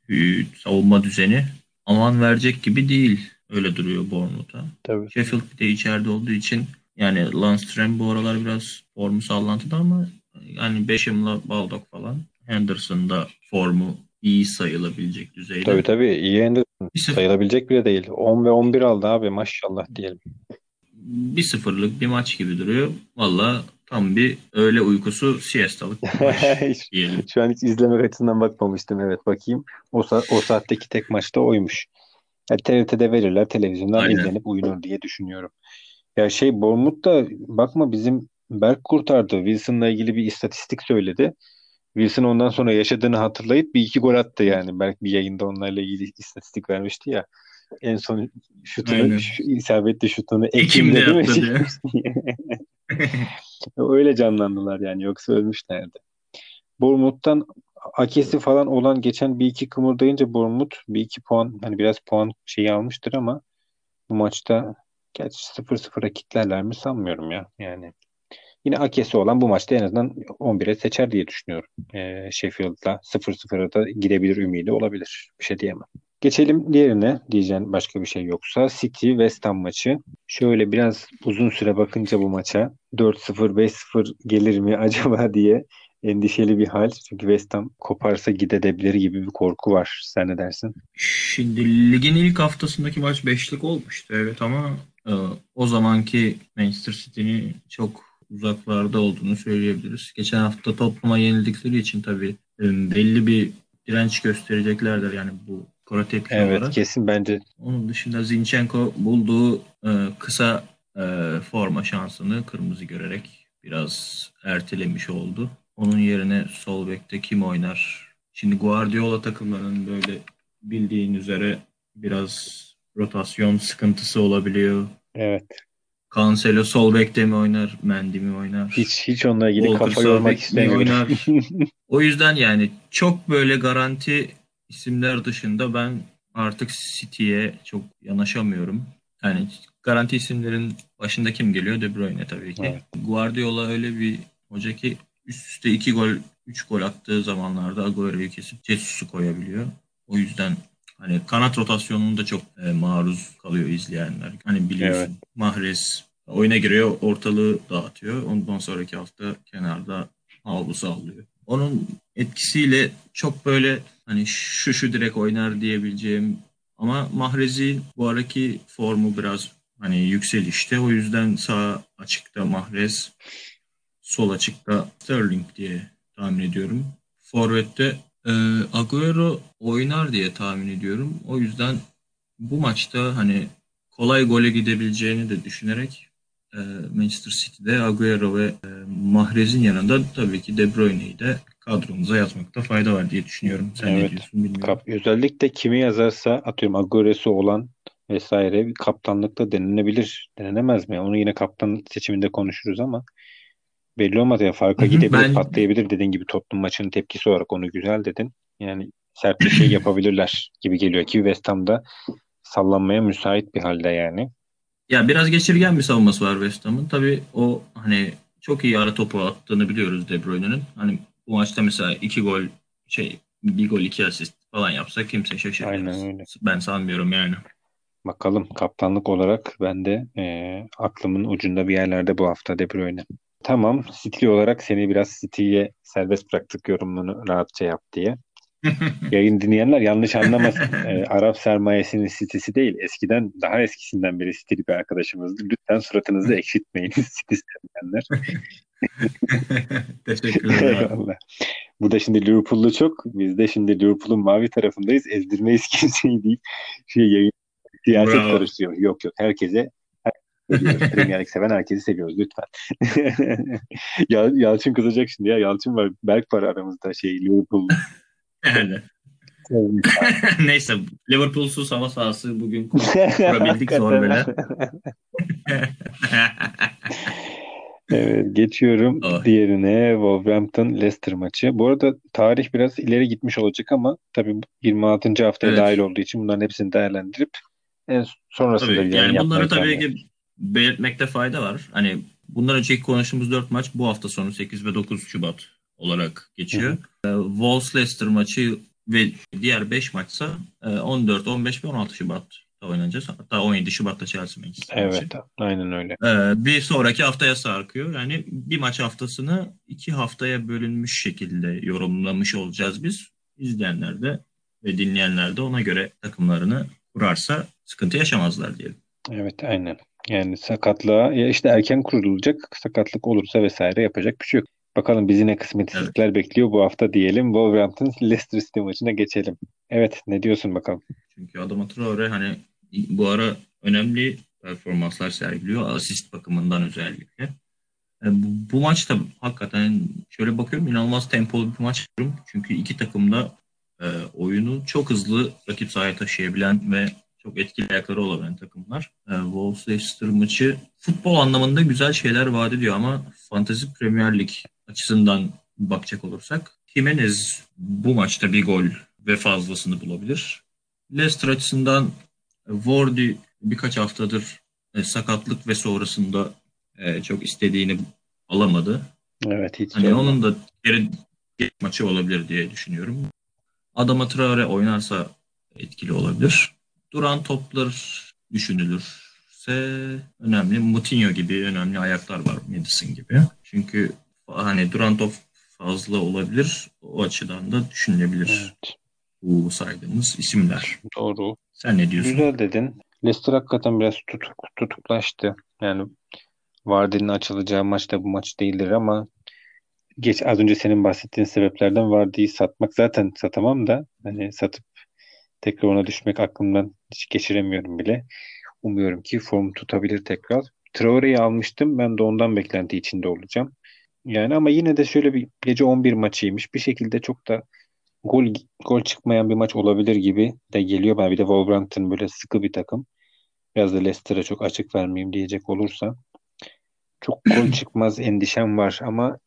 savunma düzeni aman verecek gibi değil. Öyle duruyor Bournemouth'a. Tabii. Sheffield bir de içeride olduğu için yani Lundstram bu aralar biraz formu sallantıda ama yani Beckham'la Baldock falan Henderson'da formu iyi sayılabilecek düzeyde. Tabii tabii iyi Anderson Bir, sıf sayılabilecek bile değil. 10 ve 11 aldı abi maşallah diyelim. bir sıfırlık bir maç gibi duruyor. Valla tam bir öğle uykusu siestalık bir maç diyelim. Şu an hiç izlemek açısından bakmamıştım. Evet bakayım. O saatteki tek maçta oymuş. Ya, TRT'de verirler televizyondan Aynen. izlenip uyunur diye düşünüyorum. Ya Bournemouth da bakma bizim Berk kurtardı. Wilson'la ilgili bir istatistik söyledi. Wilson ondan sonra yaşadığını hatırlayıp bir iki gol attı yani. Berk bir yayında onlarla ilgili istatistik vermişti ya. En son Aynen. isabetli şutunu Ekim'de Ekim'de değil mi atladı. çekmiş diye. Öyle canlandılar yani yoksa ölmüşlerdi. Bournemouth'tan Akesi falan olan geçen bir iki kımıldayınca Bournemouth bir iki puan hani biraz puan şeyi almıştır ama bu maçta gerçi 0-0'a kitlerler mi sanmıyorum ya. Yani yine Akesi olan bu maçta en azından 11'e seçer diye düşünüyorum. Sheffield'la 0-0'a da gidebilir ümidi olabilir. Bir şey diyemem. Geçelim diğerine diyeceğin başka bir şey yoksa. City West Ham maçı. Şöyle biraz uzun süre bakınca bu maça 4-0 5-0 gelir mi acaba diye endişeli bir hal. Çünkü West Ham koparsa gidebilir gibi bir korku var. Sen ne dersin? Şimdi ligin ilk haftasındaki maç beşlik olmuştu, evet, ama e, o zamanki Manchester City'nin çok uzaklarda olduğunu söyleyebiliriz. Geçen hafta topluma yenildikleri için tabii belli bir direnç göstereceklerdir yani bu skora tepki Evet olarak. kesin bence. Onun dışında Zinchenko bulduğu kısa forma şansını kırmızı görerek biraz ertelemiş oldu. Onun yerine sol bekte kim oynar? Şimdi Guardiola takımlarının böyle bildiğin üzere biraz rotasyon sıkıntısı olabiliyor. Evet. Cancelo sol bekte mi oynar? Mendy mi oynar? Hiç onunla ilgili Walker kafa sağ yormak bek mi istemiyorum. oynar? O yüzden yani çok böyle garanti isimler dışında ben artık City'ye çok yanaşamıyorum. Yani garanti isimlerin başında kim geliyor? De Bruyne tabii ki. Evet. Guardiola öyle bir hoca ki üst üste 2 gol, 3 gol attığı zamanlarda Agüero'yu kesip Jesus'u koyabiliyor. O yüzden hani kanat rotasyonunda çok maruz kalıyor izleyenler. Hani Evet. biliyorsun Mahrez oyuna giriyor, ortalığı dağıtıyor. Ondan sonraki hafta kenarda havlu sallıyor. Onun etkisiyle çok böyle hani şu direkt oynar diyebileceğim, ama Mahrez'i bu araki formu biraz hani yükselişte. O yüzden sağ açıkta Mahrez, sol açıkta Sterling diye tahmin ediyorum. Forvet'te Agüero oynar diye tahmin ediyorum. O yüzden bu maçta hani kolay gole gidebileceğini de düşünerek e, Manchester City'de Agüero ve Mahrez'in yanında tabii ki De Bruyne'yi de kadromuza yazmakta fayda var diye düşünüyorum. Sen ne Evet. diyorsun bilmiyorum. Özellikle kimi yazarsa atıyorum Agüero'su olan vesaire bir kaptanlıkta denenebilir. Denenemez mi? Onu yine kaptan seçiminde konuşuruz ama belli olmaz ya Hı farka hı. gidebilir, patlayabilir dediğin gibi Tottenham maçının tepkisi olarak onu güzel dedin. Yani sert bir şey yapabilirler gibi geliyor ki West Ham'da sallanmaya müsait bir halde yani. Ya biraz geçirgen bir savunması var West Ham'ın. Tabii o hani çok iyi ara topu attığını biliyoruz De Bruyne'nin. Hani bu maçta mesela iki gol bir gol iki asist falan yapsa kimse Aynen şaşırmaz. öyle. Ben sanmıyorum yani. Bakalım, kaptanlık olarak ben de aklımın ucunda bir yerlerde bu hafta De Bruyne. Tamam, City olarak seni biraz City'ye serbest bıraktık, yorumunu rahatça yap diye. Yayın dinleyenler yanlış anlamasın. Arap sermayesinin City'si değil. Eskiden, daha eskisinden beri City'li bir arkadaşımızdı. Lütfen suratınızı ekşitmeyin City sevmeyenler. Teşekkürler abi. Eyvallah. Burada şimdi Liverpool'lu çok. Biz de şimdi Liverpool'un mavi tarafındayız. Ezdirmeyiz kimseyi değil. Yayın siyaset Bravo. karıştırıyor. Yok yok, herkesi seviyoruz. Premier Lig seven herkesi seviyoruz lütfen. Yalçın kızacak şimdi ya. Yalçın var. Berk var aramızda, Liverpool. Yani. Neyse, Liverpool'suz hava sahası bugün kurabildik zor Hakikaten. bela. Evet, geçiyorum Oh, diğerine, Wolverhampton Leicester maçı. Bu arada tarih biraz ileri gitmiş olacak ama tabii 26. haftaya dahil evet. olduğu için bunların hepsini değerlendirip en sonrasında bir Tabii yayın yani bunları yapmayı tabii planlıyorum. ki belirtmekte fayda var. Hani bundan önceki konuştuğumuz 4 maç bu hafta sonu 8 ve 9 Şubat olarak Hı hı. geçiyor. Wolves Leicester maçı ve diğer 5 maçsa 14, 15 ve 16 Şubat'ta oynanacağız. Hatta 17 Şubat'ta Chelsea Manchester maçı. Evet, aynen öyle. Bir sonraki haftaya sarkıyor. Yani bir maç haftasını 2 haftaya bölünmüş şekilde yorumlamış olacağız biz. İzleyenler de ve dinleyenler de ona göre takımlarını kurarsa sıkıntı yaşamazlar diyelim. Evet, aynen. Yani sakatlığa, ya işte erken kurulacak, sakatlık olursa vesaire yapacak bir şey yok. Bakalım bizi ne Evet. kısmetsizlikler bekliyor bu hafta diyelim. Wolverhampton Leicester City maçına geçelim. Evet, ne diyorsun bakalım? Çünkü Adama Traore hani bu ara önemli performanslar sergiliyor. Asist bakımından özellikle. Bu maç da hakikaten şöyle bakıyorum, inanılmaz tempolu bir maç diyorum. Çünkü iki takım da oyunu çok hızlı rakip sahaya taşıyabilen ve çok etkili ayakları olabilen takımlar. Wolves Leicester maçı futbol anlamında güzel şeyler vaat ediyor ama Fantasy Premier Lig açısından bakacak olursak Jimenez bu maçta bir gol ve fazlasını bulabilir. Leicester açısından Wardy birkaç haftadır sakatlık ve sonrasında çok istediğini alamadı. Evet, hiç Hani sorma. onun da geri maçı olabilir diye düşünüyorum. Adama Traore oynarsa etkili olabilir. Duran toplar düşünülürse önemli. Moutinho gibi önemli ayaklar var. Madison gibi. Çünkü hani duran top fazla olabilir. O açıdan da düşünülebilir Evet, bu saydığımız isimler. doğru. Sen ne diyorsun? Güzel dedin. Leicester hakikaten biraz tutuklaştı. Yani Vardy'nin açılacağı maç da bu maç değildir ama az önce senin bahsettiğin sebeplerden Vardy'yi satmak, zaten satamam da hani satıp tekrar ona düşmek aklımdan hiç geçiremiyorum bile. Umuyorum ki form tutabilir tekrar. Traore'yi almıştım. Ben de ondan beklenti içinde olacağım. Yani ama yine de şöyle bir gece 11 maçıymış. Bir şekilde çok da gol gol çıkmayan bir maç olabilir gibi de geliyor bana. Bir de Wolverhampton böyle sıkı bir takım. Biraz da Leicester'a çok açık vermeyeyim diyecek olursa. Çok gol çıkmaz endişem var ama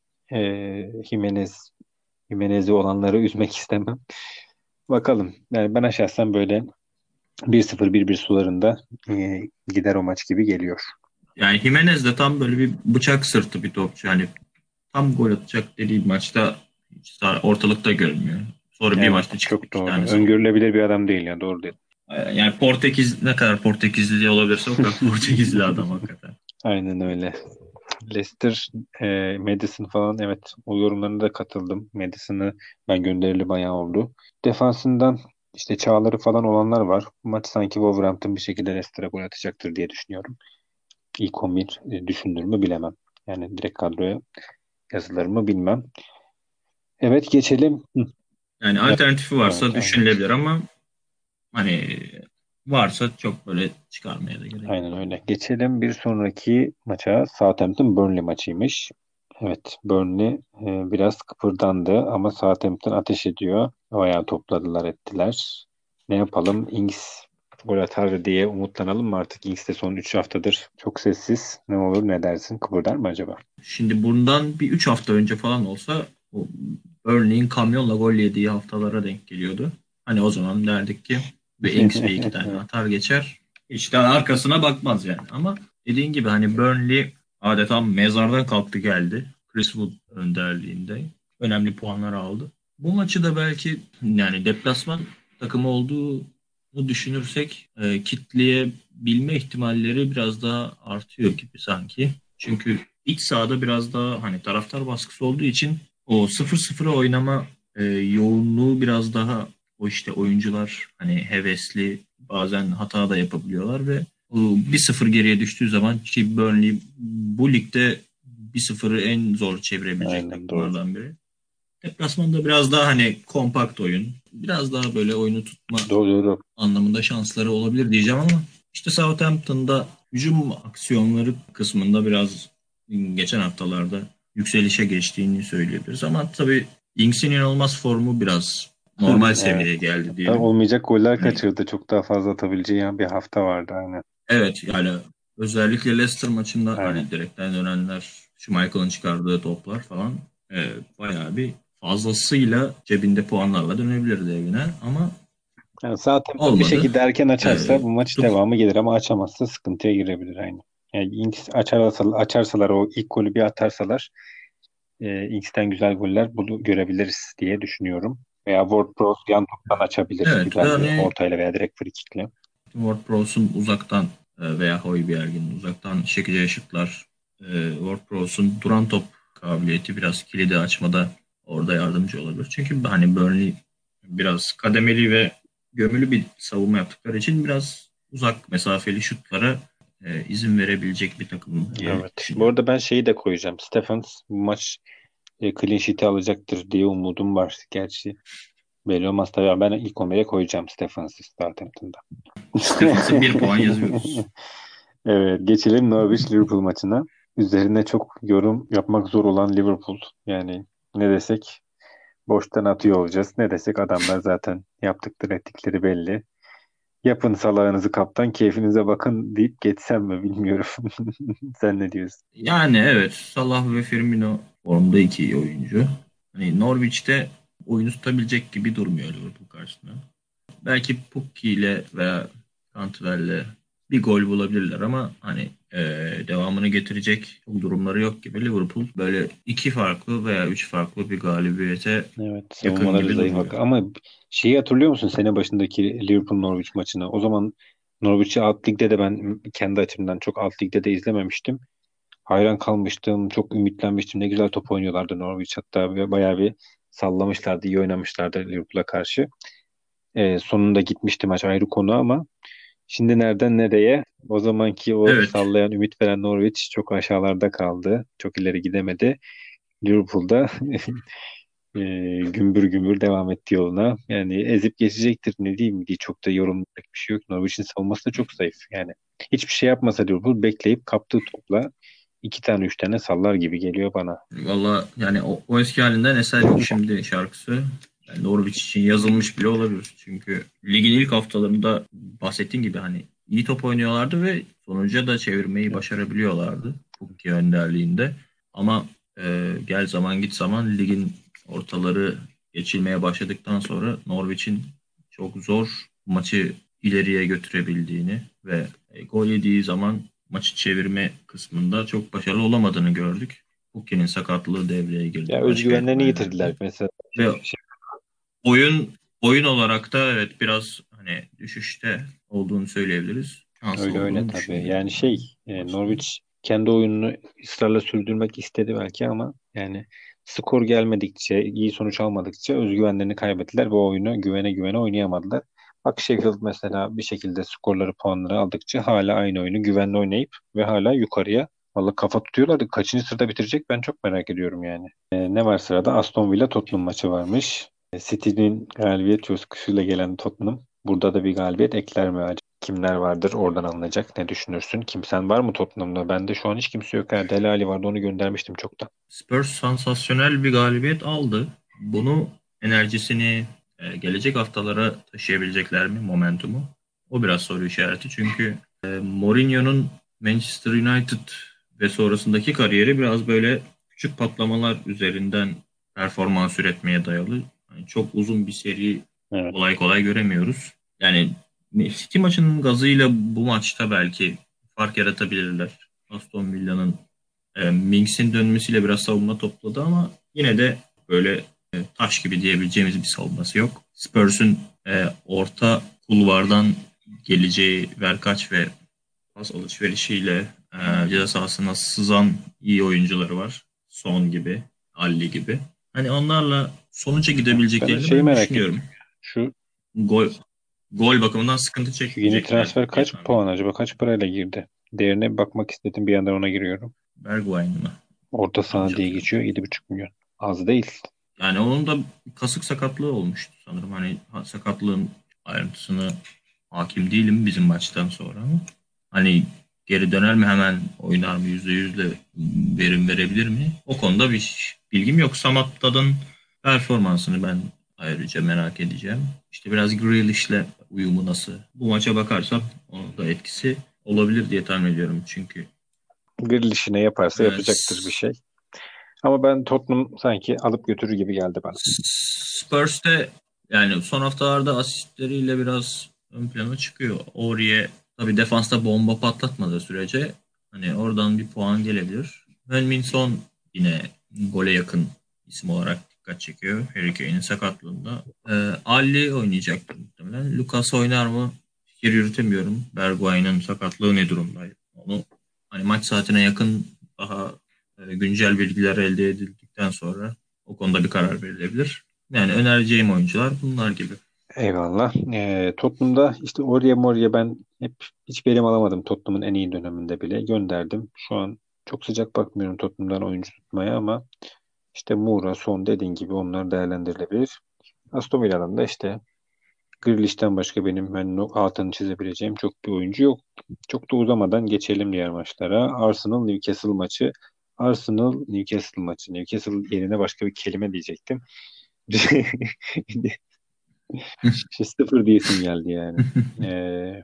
Jimenez'i olanları üzmek istemem. Bakalım. Yani bana şahsen böyle 1-0 1-1 sularında gider o maç gibi geliyor. Yani Jimenez de tam böyle bir bıçak sırtı bir topçu. Yani tam gol atacak dediği maçta hiç ortalıkta görünmüyor. Sonra bir Evet, maçta çıkıp çok iki doğru. tane savunma. Öngörülebilir bir adam değil ya, doğru dedin. Yani Portekiz ne kadar Portekizli olabilirse o kadar Portekizli adam hakikaten. Aynen öyle. Leicester, Madison falan, evet, o yorumlarına da katıldım. Madison'ı ben gönderili bayağı oldu. Defansından işte Çağlar'ı falan olanlar var. Bu maç sanki Wolverhampton bir şekilde Leicester'a gol atacaktır diye düşünüyorum. İlk 11 düşündür mü bilemem. Yani direkt kadroya yazılır mı bilmem. Evet, geçelim. Hı. Yani Evet, alternatifi evet, varsa aynen. düşünülebilir ama hani varsa çok böyle çıkarmaya da gerek yok. Aynen öyle. Geçelim bir sonraki maça. Southampton Burnley maçıymış. Evet, Burnley biraz kıpırdandı ama Southampton ateş ediyor. Bayağı topladılar ettiler. Ne yapalım? Ings gol atar diye umutlanalım mı artık? Ings de son 3 haftadır çok sessiz. Ne olur ne dersin? Kıpırdar mı acaba? Şimdi bundan bir 3 hafta önce falan olsa o Burnley'in kamyonla gol yediği haftalara denk geliyordu. Hani o zaman derdik ki ve Ings bir iki tane atar geçer. İşte arkasına bakmaz yani. Ama dediğin gibi hani Burnley adeta mezardan kalktı geldi. Chris Wood önderliğinde önemli puanlar aldı. Bu maçı da belki yani deplasman takımı olduğu düşünürsek kitleyebilme ihtimalleri biraz daha artıyor gibi sanki. Çünkü iç sahada biraz daha hani taraftar baskısı olduğu için o 0-0'a oynama yoğunluğu biraz daha, o işte oyuncular hani hevesli, bazen hata da yapabiliyorlar ve o 1-0 geriye düştüğü zaman, ki Burnley bu ligde 1-0'ı en zor çevirebilecek Aynen, doğru. takımlardan biri. Deplasmanda biraz daha hani kompakt oyun, biraz daha böyle oyunu tutma Doğru, doğru. anlamında şansları olabilir diyeceğim ama işte Southampton'da hücum aksiyonları kısmında biraz geçen haftalarda yükselişe geçtiğini söyleyebiliriz. Ama tabii Ings'in inanılmaz formu biraz normal Evet. seviyeye geldi Hatta diyelim. olmayacak goller Hani kaçırdı. Çok daha fazla atabileceği bir hafta vardı. Aynen. evet, yani özellikle Leicester maçında Aynen. hani direkten dönenler, Schmeichel'ın çıkardığı toplar falan bayağı bir fazlasıyla cebinde puanlarla dönebilirdi evine ama Yani Southampton bir olmadı. şekilde erken açarsa bu maç Tutup devamı gelir ama açamazsa sıkıntıya girebilir aynı. Yani Ings açarsalar, o ilk golü bir atarsalar Ings'ten güzel goller görebiliriz diye düşünüyorum. Veya Ward-Prowse yan toptan açabilir evet, ve güzel bir hani ortayla veya direkt frikikle. WordPress'un uzaktan veya Højbjerg'in uzaktan çekeceği şutlar, WordPress'un duran top kabiliyeti biraz kilidi açmada orada yardımcı olabilir. Çünkü hani Burnley biraz kademeli ve gömülü bir savunma yaptıkları için biraz uzak mesafeli şutlara izin verebilecek bir takım diye Evet. Bu düşünüyorum. arada ben şeyi de koyacağım. Stephens bu maç clean sheet'i alacaktır diye umudum var. Gerçi belli olmaz tabii. Ben ilk 11'e koyacağım Stephens'ı Southampton'da. Stephens'a bir puan yazıyoruz. Evet, geçelim Norwich Liverpool maçına. Üzerine çok yorum yapmak zor olan Liverpool. Yani ne desek boştan atıyor olacağız. Ne desek adamlar zaten yaptıkları ettikleri belli. Yapın salağınızı kaptan, keyfinize bakın deyip geçsem mi bilmiyorum. Sen ne diyorsun? Yani evet, Salah ve Firmino formda iki iyi oyuncu. Hani Norwich'te oyunu tutabilecek gibi durmuyor Liverpool karşısında. Belki Pukki ile veya Cantwell'le bir gol bulabilirler ama hani devamını getirecek çok durumları yok gibi. Liverpool böyle iki farklı veya üç farklı bir galibiyete Evet, yakın savunmaları gibi zayıf. duruyor. Ama şeyi hatırlıyor musun sene başındaki Liverpool Norwich maçını? O zaman Norwich'i alt ligde de ben kendi açımdan çok alt ligde de izlememiştim. Hayran kalmıştım, çok ümitlenmiştim. Ne güzel top oynuyorlardı Norwich. Hatta bayağı bir sallamışlardı, iyi oynamışlardı Liverpool'a karşı. Sonunda gitmişti maç, ayrı konu ama şimdi nereden nereye? O zamanki o Evet. sallayan, ümit veren Norwich çok aşağılarda kaldı. Çok ileri gidemedi. Liverpool'da gümbür gümbür devam etti yoluna. Yani ezip geçecektir ne diyeyim diye çok da yorumlayacak bir şey yok. Norwich'in savunması da çok zayıf. Yani hiçbir şey yapmasa Liverpool bekleyip kaptığı topla iki tane üç tane sallar gibi geliyor bana. Valla yani o eski halinden eser yok şimdi şarkısı. Yani Norwich için yazılmış bile olabilir. Çünkü ligin ilk haftalarında bahsettiğim gibi hani iyi top oynuyorlardı ve sonuca da çevirmeyi Evet. başarabiliyorlardı. Pukki önderliğinde. Ama gel zaman git zaman ligin ortaları geçilmeye başladıktan sonra Norwich'in çok zor maçı ileriye götürebildiğini ve gol yediği zaman maçı çevirme kısmında çok başarılı olamadığını gördük. Pukki'nin sakatlığı devreye girdi Ya başka özgüvenlerini etmenlerde. yitirdiler mesela. Ve Şey, oyun olarak da evet biraz hani düşüşte olduğunu söyleyebiliriz. Şans öyle öyle olduğunu tabii. düşünmüyorum Yani ben maçta. Norwich kendi oyununu ısrarla sürdürmek istedi belki ama yani skor gelmedikçe, iyi sonuç almadıkça özgüvenlerini kaybettiler ve oyunu güvene güvene oynayamadılar. Bak Sheffield mesela bir şekilde skorları, puanları aldıkça hala aynı oyunu güvenle oynayıp ve hala yukarıya valla kafa tutuyorlardı. Kaçıncı sırada bitirecek ben çok merak ediyorum yani. Ne var sırada? Aston Villa Tottenham maçı varmış. City'nin galibiyet coşkusuyla gelen Tottenham burada da bir galibiyet ekler mi acaba? Kimler vardır oradan alınacak? Ne düşünürsün? Kimsen var mı Tottenham'da? Bende şu an hiç kimse yok. Ha, Dele Alli vardı, onu göndermiştim çoktan. Spurs sansasyonel bir galibiyet aldı. Bunu enerjisini gelecek haftalara taşıyabilecekler mi momentumu? O biraz soru işareti. Çünkü Mourinho'nun Manchester United ve sonrasındaki kariyeri biraz böyle küçük patlamalar üzerinden performans üretmeye dayalı. Yani çok uzun bir seri Evet. kolay kolay göremiyoruz. Yani City maçının gazıyla bu maçta belki fark yaratabilirler. Aston Villa'nın Minks'in dönmesiyle biraz savunma topladı ama yine de böyle taş gibi diyebileceğimiz bir savunması yok. Spurs'un orta kulvardan geleceği verkaç ve pas alışverişiyle ceza sahasına sızan iyi oyuncuları var. Son gibi, Alli gibi. Hani onlarla sonuca Ben de gidebileceklerini şeyi ben merak ettim. düşünüyorum. Şu Gol gol bakımından sıkıntı şu yeni çekmeyeceklerdir transfer diye kaç tahmin puan ediyorum. acaba? Kaç parayla girdi? Değerine bir bakmak istedim. Bir yandan ona giriyorum. Bergwijn mı? Orta saha Yanlış diye hatırlamıyorum. geçiyor. 7,5 milyon. Az değil. Yani onun da kasık sakatlığı olmuştu sanırım. Hani sakatlığın ayrıntısını hakim değilim bizim maçtan sonra ama hani geri döner mi hemen oynar mı %100'le verim verebilir mi? O konuda bir bilgim yok. Samatta'nın performansını ben ayrıca merak edeceğim. İşte biraz Grealish'le uyumu nasıl? Bu maça bakarsam onun da etkisi olabilir diye tahmin ediyorum. Çünkü Grealish ne yaparsa e, yapacaktır bir şey. Ama ben Tottenham sanki alıp götürür gibi geldi bana. Spurs'te yani son haftalarda asistleriyle biraz ön plana çıkıyor. Aurier tabii defansta bomba patlatmadığı sürece hani oradan bir puan gelebilir. Heung-min yine gole yakın isim olarak dikkat çekiyor. Harry Kane'in sakatlığında. Ali oynayacaktır muhtemelen. Lucas oynar mı? Fikir yürütemiyorum. Bergwijn'in sakatlığı ne durumda? Onu hani maç saatine yakın daha güncel bilgiler elde edildikten sonra o konuda bir karar verilebilir. Yani önereceğim oyuncular bunlar gibi. Eyvallah. Tottenham'da işte oraya moraya ben hep hiç verim alamadım Tottenham'ın en iyi döneminde bile. Gönderdim. Şu an çok sıcak bakmıyorum Tottenham'dan oyuncu tutmaya ama işte Moura, Son dediğin gibi onlar değerlendirilebilir. Aston Villa'dan da işte Grealish'ten başka benim altını çizebileceğim çok bir oyuncu yok. Çok da uzamadan geçelim diğer maçlara. Arsenal Newcastle maçı. Arsenal Newcastle maçı. Newcastle yerine başka bir kelime diyecektim. İşte sıfır diyesim geldi yani. Ee,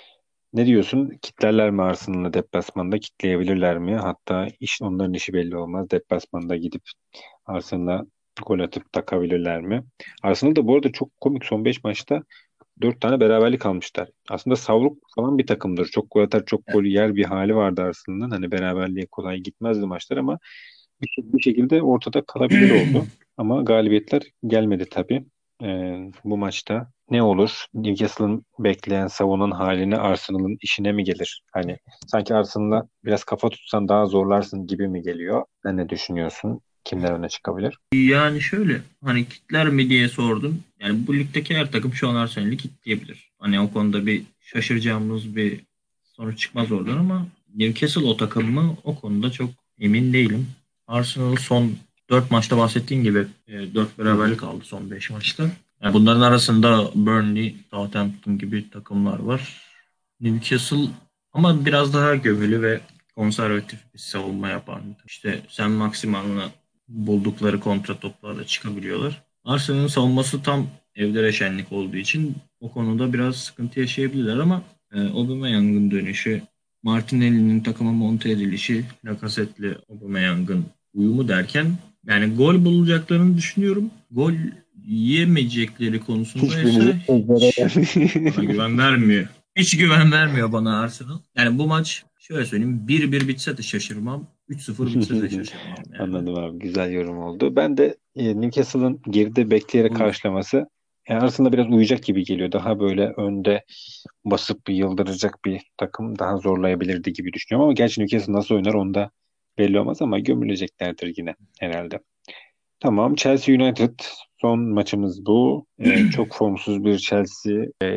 Ne diyorsun? Kitlerler mi Arsenal'ı deplasmanda? Kitleyebilirler mi? Hatta onların işi belli olmaz. Deplasmanda gidip Arsenal'a gol atıp takabilirler mi? Arsenal da bu arada çok komik son 5 maçta 4 tane beraberlik almışlar. Aslında savruk falan bir takımdır. Çok gol atar, çok gol yer bir hali vardı Arsenal'ın. Hani beraberliğe kolay gitmezdi maçlar ama bir şekilde ortada kalabilir oldu. Ama galibiyetler gelmedi tabii. Bu maçta ne olur? Newcastle'ın bekleyen savunan halini Arsenal'ın işine mi gelir? Hani sanki Arsenal'a biraz kafa tutsan daha zorlarsın gibi mi geliyor? Sen ne düşünüyorsun? Kimler öne çıkabilir? Yani şöyle hani kitler mi diye sordum. Yani bu ligdeki her takım şu an Arsenal'i kitleyebilir. Hani o konuda bir şaşıracağımız bir sonuç çıkmaz oradan ama Newcastle o takım mı o konuda çok emin değilim. Arsenal son 4 maçta bahsettiğin gibi 4 Hı hı. beraberlik aldı son 5 maçta. Yani bunların arasında Burnley, Southampton gibi takımlar var. Newcastle ama biraz daha gömülü ve konservatif bir savunma yapan. İşte Sam Maximan'la buldukları kontra toplarla çıkabiliyorlar. Arsenal'ın savunması tam evlere şenlik olduğu için o konuda biraz sıkıntı yaşayabilirler ama Aubameyang'ın dönüşü, Martinelli'nin takıma monte edilişi, Lacazette'le Aubameyang'ın uyumu derken yani gol bulacaklarını düşünüyorum. Gol yiyemeyecekleri konusunda Hiçbirinizi ise ezbere hiç bana güven vermiyor. Hiç güven vermiyor bana Arsenal. Yani bu maç şöyle söyleyeyim 1-1 bitse de şaşırmam. 3-0 bitse de şaşırmam yani. Anladım abi. Güzel yorum oldu. Ben de Newcastle'ın geride bekleyerek O yüzden. karşılaması aslında biraz uyacak gibi geliyor. Daha böyle önde basıp bir yıldıracak bir takım daha zorlayabilirdi gibi düşünüyorum. Ama gerçi Newcastle nasıl oynar onda belli olmaz ama gömüleceklerdir yine herhalde. Tamam. Chelsea United son maçımız bu. Çok formsuz bir Chelsea.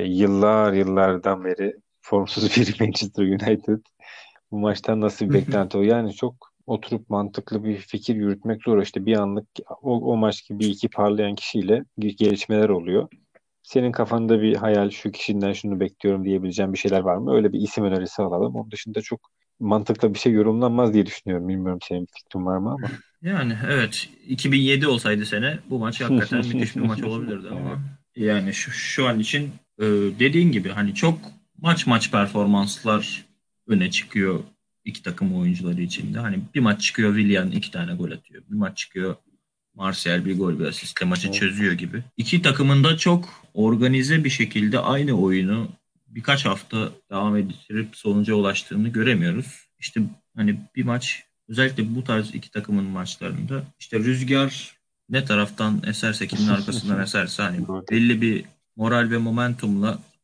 Yıllardan beri formsuz bir Manchester United. Bu maçtan nasıl bir beklenti o? Yani çok oturup mantıklı bir fikir yürütmek zor. İşte bir anlık o maç gibi iki parlayan kişiyle gelişmeler oluyor. Senin kafanda bir hayal şu kişiden şunu bekliyorum diyebileceğim bir şeyler var mı? Öyle bir isim önerisi alalım. Onun dışında çok mantıklı bir şey yorumlanmaz diye düşünüyorum. Bilmiyorum senin bir fikrin var mı ama. Yani evet 2007 olsaydı sene bu maç hakikaten müthiş bir maç olabilirdi Evet. ama yani şu an için dediğin gibi hani çok maç performanslar öne çıkıyor iki takım oyuncuları içinde. Hani bir maç çıkıyor Willian iki tane gol atıyor. Bir maç çıkıyor Martial bir gol bir asistle maçı Evet. çözüyor gibi. İki takımın da çok organize bir şekilde aynı oyunu birkaç hafta devam ettirip sonuca ulaştığını göremiyoruz. İşte hani bir maç özellikle bu tarz iki takımın maçlarında işte rüzgar ne taraftan eserse kimin arkasından eserse hani Doğru. belli bir moral ve momentumla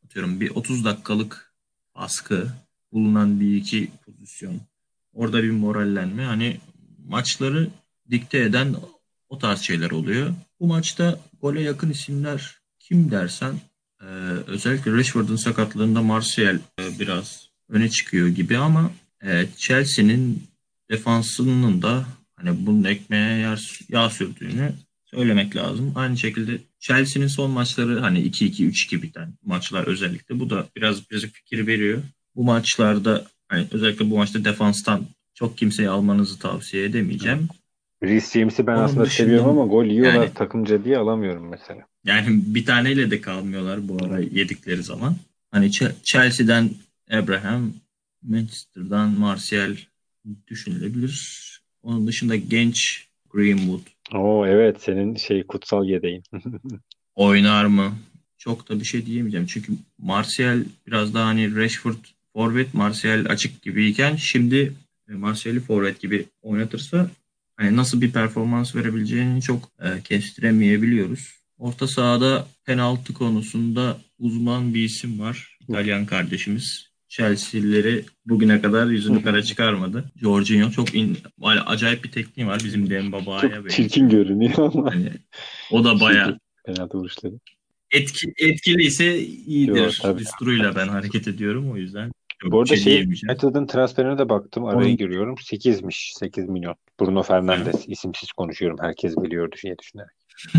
atıyorum bir 30 dakikalık baskı, bulunan bir iki pozisyon. Orada bir morallenme. Hani maçları dikte eden o tarz şeyler oluyor. Bu maçta gole yakın isimler kim dersen e, özellikle Rashford'un sakatlığında Martial biraz öne çıkıyor gibi ama Chelsea'nin defansının da hani bunun ekmeğe yağ sürdüğünü söylemek lazım. Aynı şekilde Chelsea'nin son maçları hani 2-2, 3-2 biten maçlar özellikle. Bu da biraz fikir veriyor. Bu maçlarda hani özellikle bu maçta defanstan çok kimseyi almanızı tavsiye Evet. edemeyeceğim. Reece James'i ben Onun aslında dışında seviyorum ama gol yiyorlar yani takımca diye alamıyorum mesela. bir taneyle de kalmıyorlar bu ara Evet. yedikleri zaman. Hani Chelsea'den Abraham, Manchester'dan Martial düşünülebilir. Onun dışında genç Greenwood Oo evet, senin şey kutsal yedeğin. oynar mı? Çok da bir şey diyemeyeceğim. Çünkü Martial biraz daha hani Rashford forvet, Martial açık gibiyken şimdi Martial'i forvet gibi oynatırsa hani nasıl bir performans verebileceğini çok kestiremeyebiliyoruz. Orta sahada penaltı konusunda uzman bir isim var. İtalyan kardeşimiz. Chelsea'lileri bugüne kadar yüzünü kara çıkarmadı. Jorginho çok acayip bir tekniği var. Bizim Dembaba'ya Çok çirkin benziyor. görünüyor ama Hani o da baya şeyi penaltı vuruşları. etkili ise Yo iyidir. tabii. Düsturuyla ben hareket ediyorum. O yüzden çok Bu bir arada şey şey, diyemeyeceğim. United'ın transferine de baktım, araya Onun giriyorum. 8'miş. 8 milyon. Bruno yani, Fernandes. İsimsiz konuşuyorum. Herkes biliyordu diye düşünerek.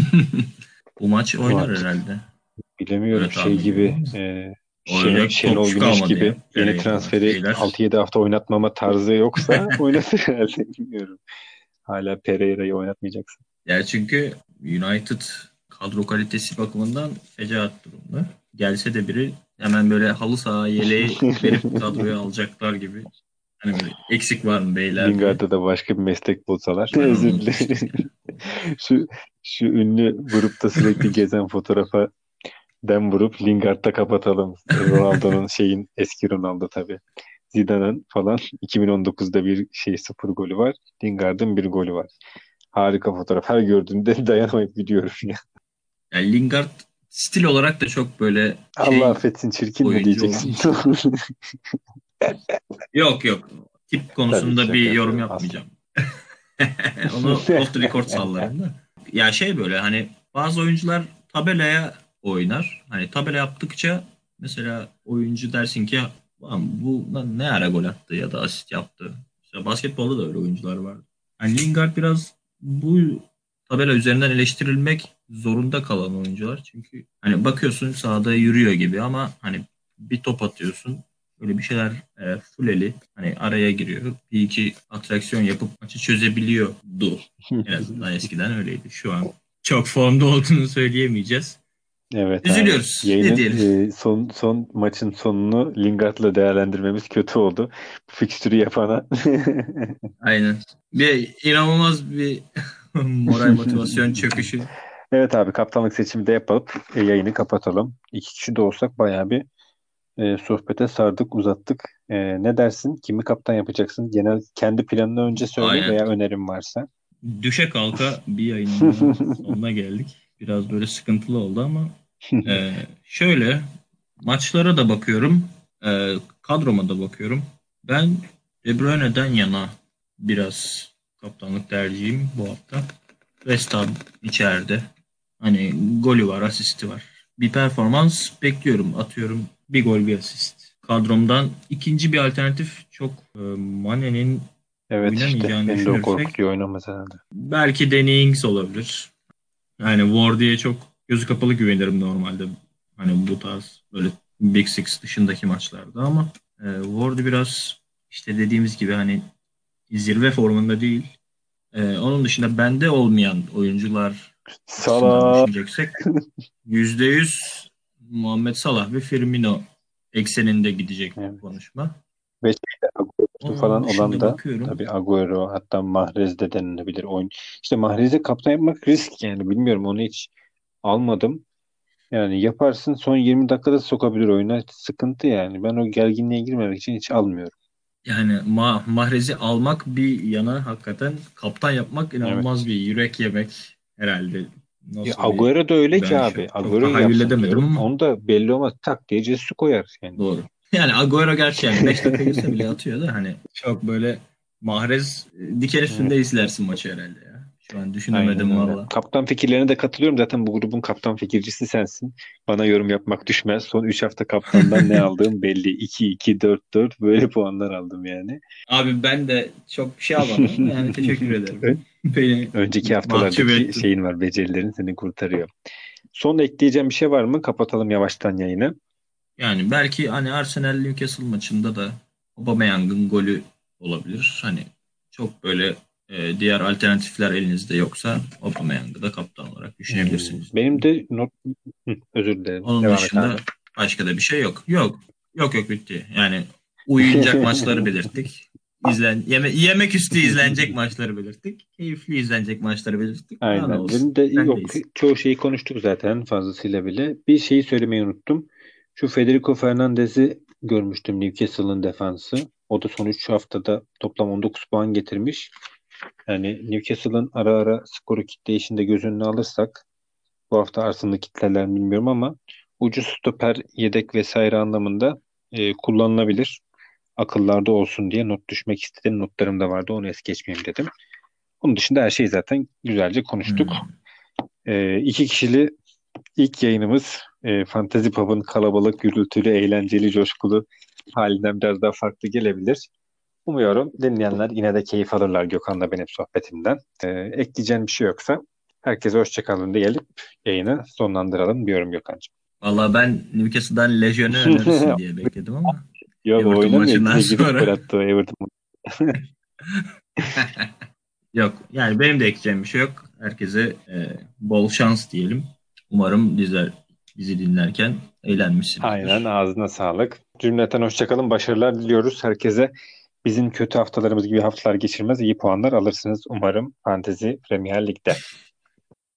bu maç Ama oynar artık herhalde. bilemiyorum, Öyle şey tahmin ediyorum gibi ama. Oynayacak Şenol topçu Güneş kalmadı ya. gibi yeni Pereira transferi şeyler. 6-7 hafta oynatmama tarzı yoksa oynatır herhalde, bilmiyorum. Hala Pereira'yı oynatmayacaksın. Yani çünkü United kadro kalitesi bakımından fecaat durumda. Gelse de biri hemen böyle halı saha yeleği verip kadroya alacaklar gibi. Hani böyle eksik var mı beyler diye. Lingard'da da başka bir meslek bulsalar. Ben onu Özür unutmuştum dilerim. ya. Şu, şu ünlü grupta sürekli gezen fotoğrafa dem vurup Lingard'da kapatalım. Ronaldo'nun şeyin, eski Ronaldo tabii. Zidane'ın falan 2019'da bir şey, sıfır golü var. Lingard'ın bir golü var. Harika fotoğraf. Her gördüğümde dayanamayıp gidiyorum ya. Yani Lingard stil olarak da çok böyle Allah şey affetsin, çirkin mi oyuncu olduğu diyeceksin? için. Yok yok. Tip Tabii ki konusunda şaka bir yorum yapıyorum asla. yapmayacağım. Onu off the record sallarım da. Ya şey böyle hani bazı oyuncular tabelaya oynar. Hani tabela yaptıkça mesela oyuncu dersin ki "Lan bu lan ne ara gol attı ya da asist yaptı." İşte basketbolda da öyle oyuncular var. Hani Lingard biraz bu tabela üzerinden eleştirilmek zorunda kalan oyuncular. Çünkü hani bakıyorsun sahada yürüyor gibi ama hani bir top atıyorsun. Böyle bir şeyler fulleli hani araya giriyor. Bir iki atraksiyon yapıp maçı çözebiliyordu. En azından eskiden öyleydi. Şu an çok formda olduğunu söyleyemeyeceğiz. Evet abi. Üzülüyoruz. Ne Yayının diyelim? son maçın sonunu Lingard'la değerlendirmemiz kötü oldu. Bu fikstürü yapana. Aynen. Bir inanılmaz bir moral motivasyon çöküşü. Evet abi, kaptanlık seçimi de yapıp yayını kapatalım. İki kişi de olsak bayağı bir sohbete sardık, uzattık. Ne dersin? Kimi kaptan yapacaksın? Genel kendi planını önce söyle Aynen. veya önerin varsa. Düşe kalka bir yayının daha sonuna geldik. Biraz böyle sıkıntılı oldu ama şöyle maçlara da bakıyorum. Kadroma da bakıyorum. Ben De Bruyne'den yana biraz kaptanlık tercihim bu hafta. West Ham içeride. Hani golü var, asisti var. Bir performans bekliyorum. Atıyorum bir gol bir asist. Kadromdan ikinci bir alternatif çok Mane'nin Evet, işte oynamayacağını beni de o düşünürsek korkutuyor, oynamaz herhalde. belki Danny Ings olabilir. Yani Wardy'ye çok gözü kapalı güvenirim normalde. Hani bu tarz böyle Big Six dışındaki maçlarda ama Wardy biraz işte dediğimiz gibi hani zirve formunda değil. Onun dışında bende olmayan oyuncular açısından Salah. düşüneceksek %100 Muhammed Salah ve Firmino ekseninde gidecek bu Evet. konuşma. Ve şeyde Agüero Onun falan olan dışında da bakıyorum. tabii, Agüero, hatta Mahrez de denilebilir oyun. İşte Mahrez'e kaptan yapmak risk yani, bilmiyorum, onu hiç almadım. Yani yaparsın, son 20 dakikada sokabilir oyuna, sıkıntı yani. Ben o gerginliğe girmemek için hiç almıyorum. Yani Mahrez'i almak bir yana hakikaten kaptan yapmak inanılmaz Evet. bir yürek yemek herhalde. Nasıl bir Agüero da öyle ki ben abi. çok Agüero'yu tahayyül yapsın edemedim diyorum. ama Onu da belli olmaz. Tak diye Cesu koyar yani. doğru. Yani Agüero gerçi yani 5 dakika girse bile atıyor da hani çok böyle Mahrez diken üstünde Evet. izlersin maçı herhalde ya. Şu an Aynen düşünemedim öyle. valla. Kaptan fikirlerine de katılıyorum. Zaten bu grubun kaptan fikircisi sensin. Bana yorum yapmak düşmez. Son 3 hafta kaptandan ne aldığım belli. 2-2-4-4 böyle puanlar aldım yani. Abi ben de çok bir şey almadım ama yani teşekkür ederim. Beni Önceki mahcup haftalardaki ettin. şeyin var, becerilerin seni kurtarıyor. Son ekleyeceğim bir şey var mı? Kapatalım yavaştan yayını. Yani belki hani Arsenal Newcastle maçında da Aubameyang'ın golü olabilir. Hani çok böyle diğer alternatifler elinizde yoksa Aubameyang'ı da kaptan olarak düşünebilirsiniz. Benim de not... özür dilerim. Onun Devam et abi. dışında başka da bir şey yok. Yok bitti. Yani uyuyacak maçları belirttik. Yemek üstü izlenecek maçları belirttik. Keyifli izlenecek maçları belirttik. Daha ne Aynen. olsun? Benim de yok. Sendeyiz. Çoğu şeyi konuştuk zaten fazlasıyla bile. Bir şeyi söylemeyi unuttum. Şu Federico Fernandez'i görmüştüm, Newcastle'ın defansı. O da son 3 haftada toplam 19 puan getirmiş. Yani Newcastle'ın ara ara skoru kitle de göz önüne alırsak bu hafta Arsenal'ı kitleler mi bilmiyorum ama ucuz stoper, yedek vesaire anlamında kullanılabilir. Akıllarda olsun diye not düşmek istedim. Notlarım da vardı. Onu es geçmeyeyim dedim. Onun dışında her şeyi zaten güzelce konuştuk. Hmm. İki kişili ilk yayınımız Fantasy Pub'ın kalabalık, gürültülü, eğlenceli, coşkulu halinden biraz daha farklı gelebilir. Umuyorum dinleyenler yine de keyif alırlar Gökhan'la benim sohbetimden. Ekleyeceğim bir şey yoksa herkese hoşçakalın diyelim. Yayını sonlandıralım diyorum Gökhan'cığım. Valla ben Newcastle'dan Lejion'u önerirsin diye bekledim ama Yok, o Everton oynamıyor. maçından Gide gidip gol sonra attı o Everton. yok. Yani benim de ekleyeceğim bir şey yok. Herkese bol şans diyelim. Umarım bizi dinlerken Aynen, eğlenmişsinizdir. ağzına sağlık. Cümleten hoşçakalın. Başarılar diliyoruz herkese. Bizim kötü haftalarımız gibi haftalar geçirmez. İyi puanlar alırsınız umarım Fantezi Premier Lig'de.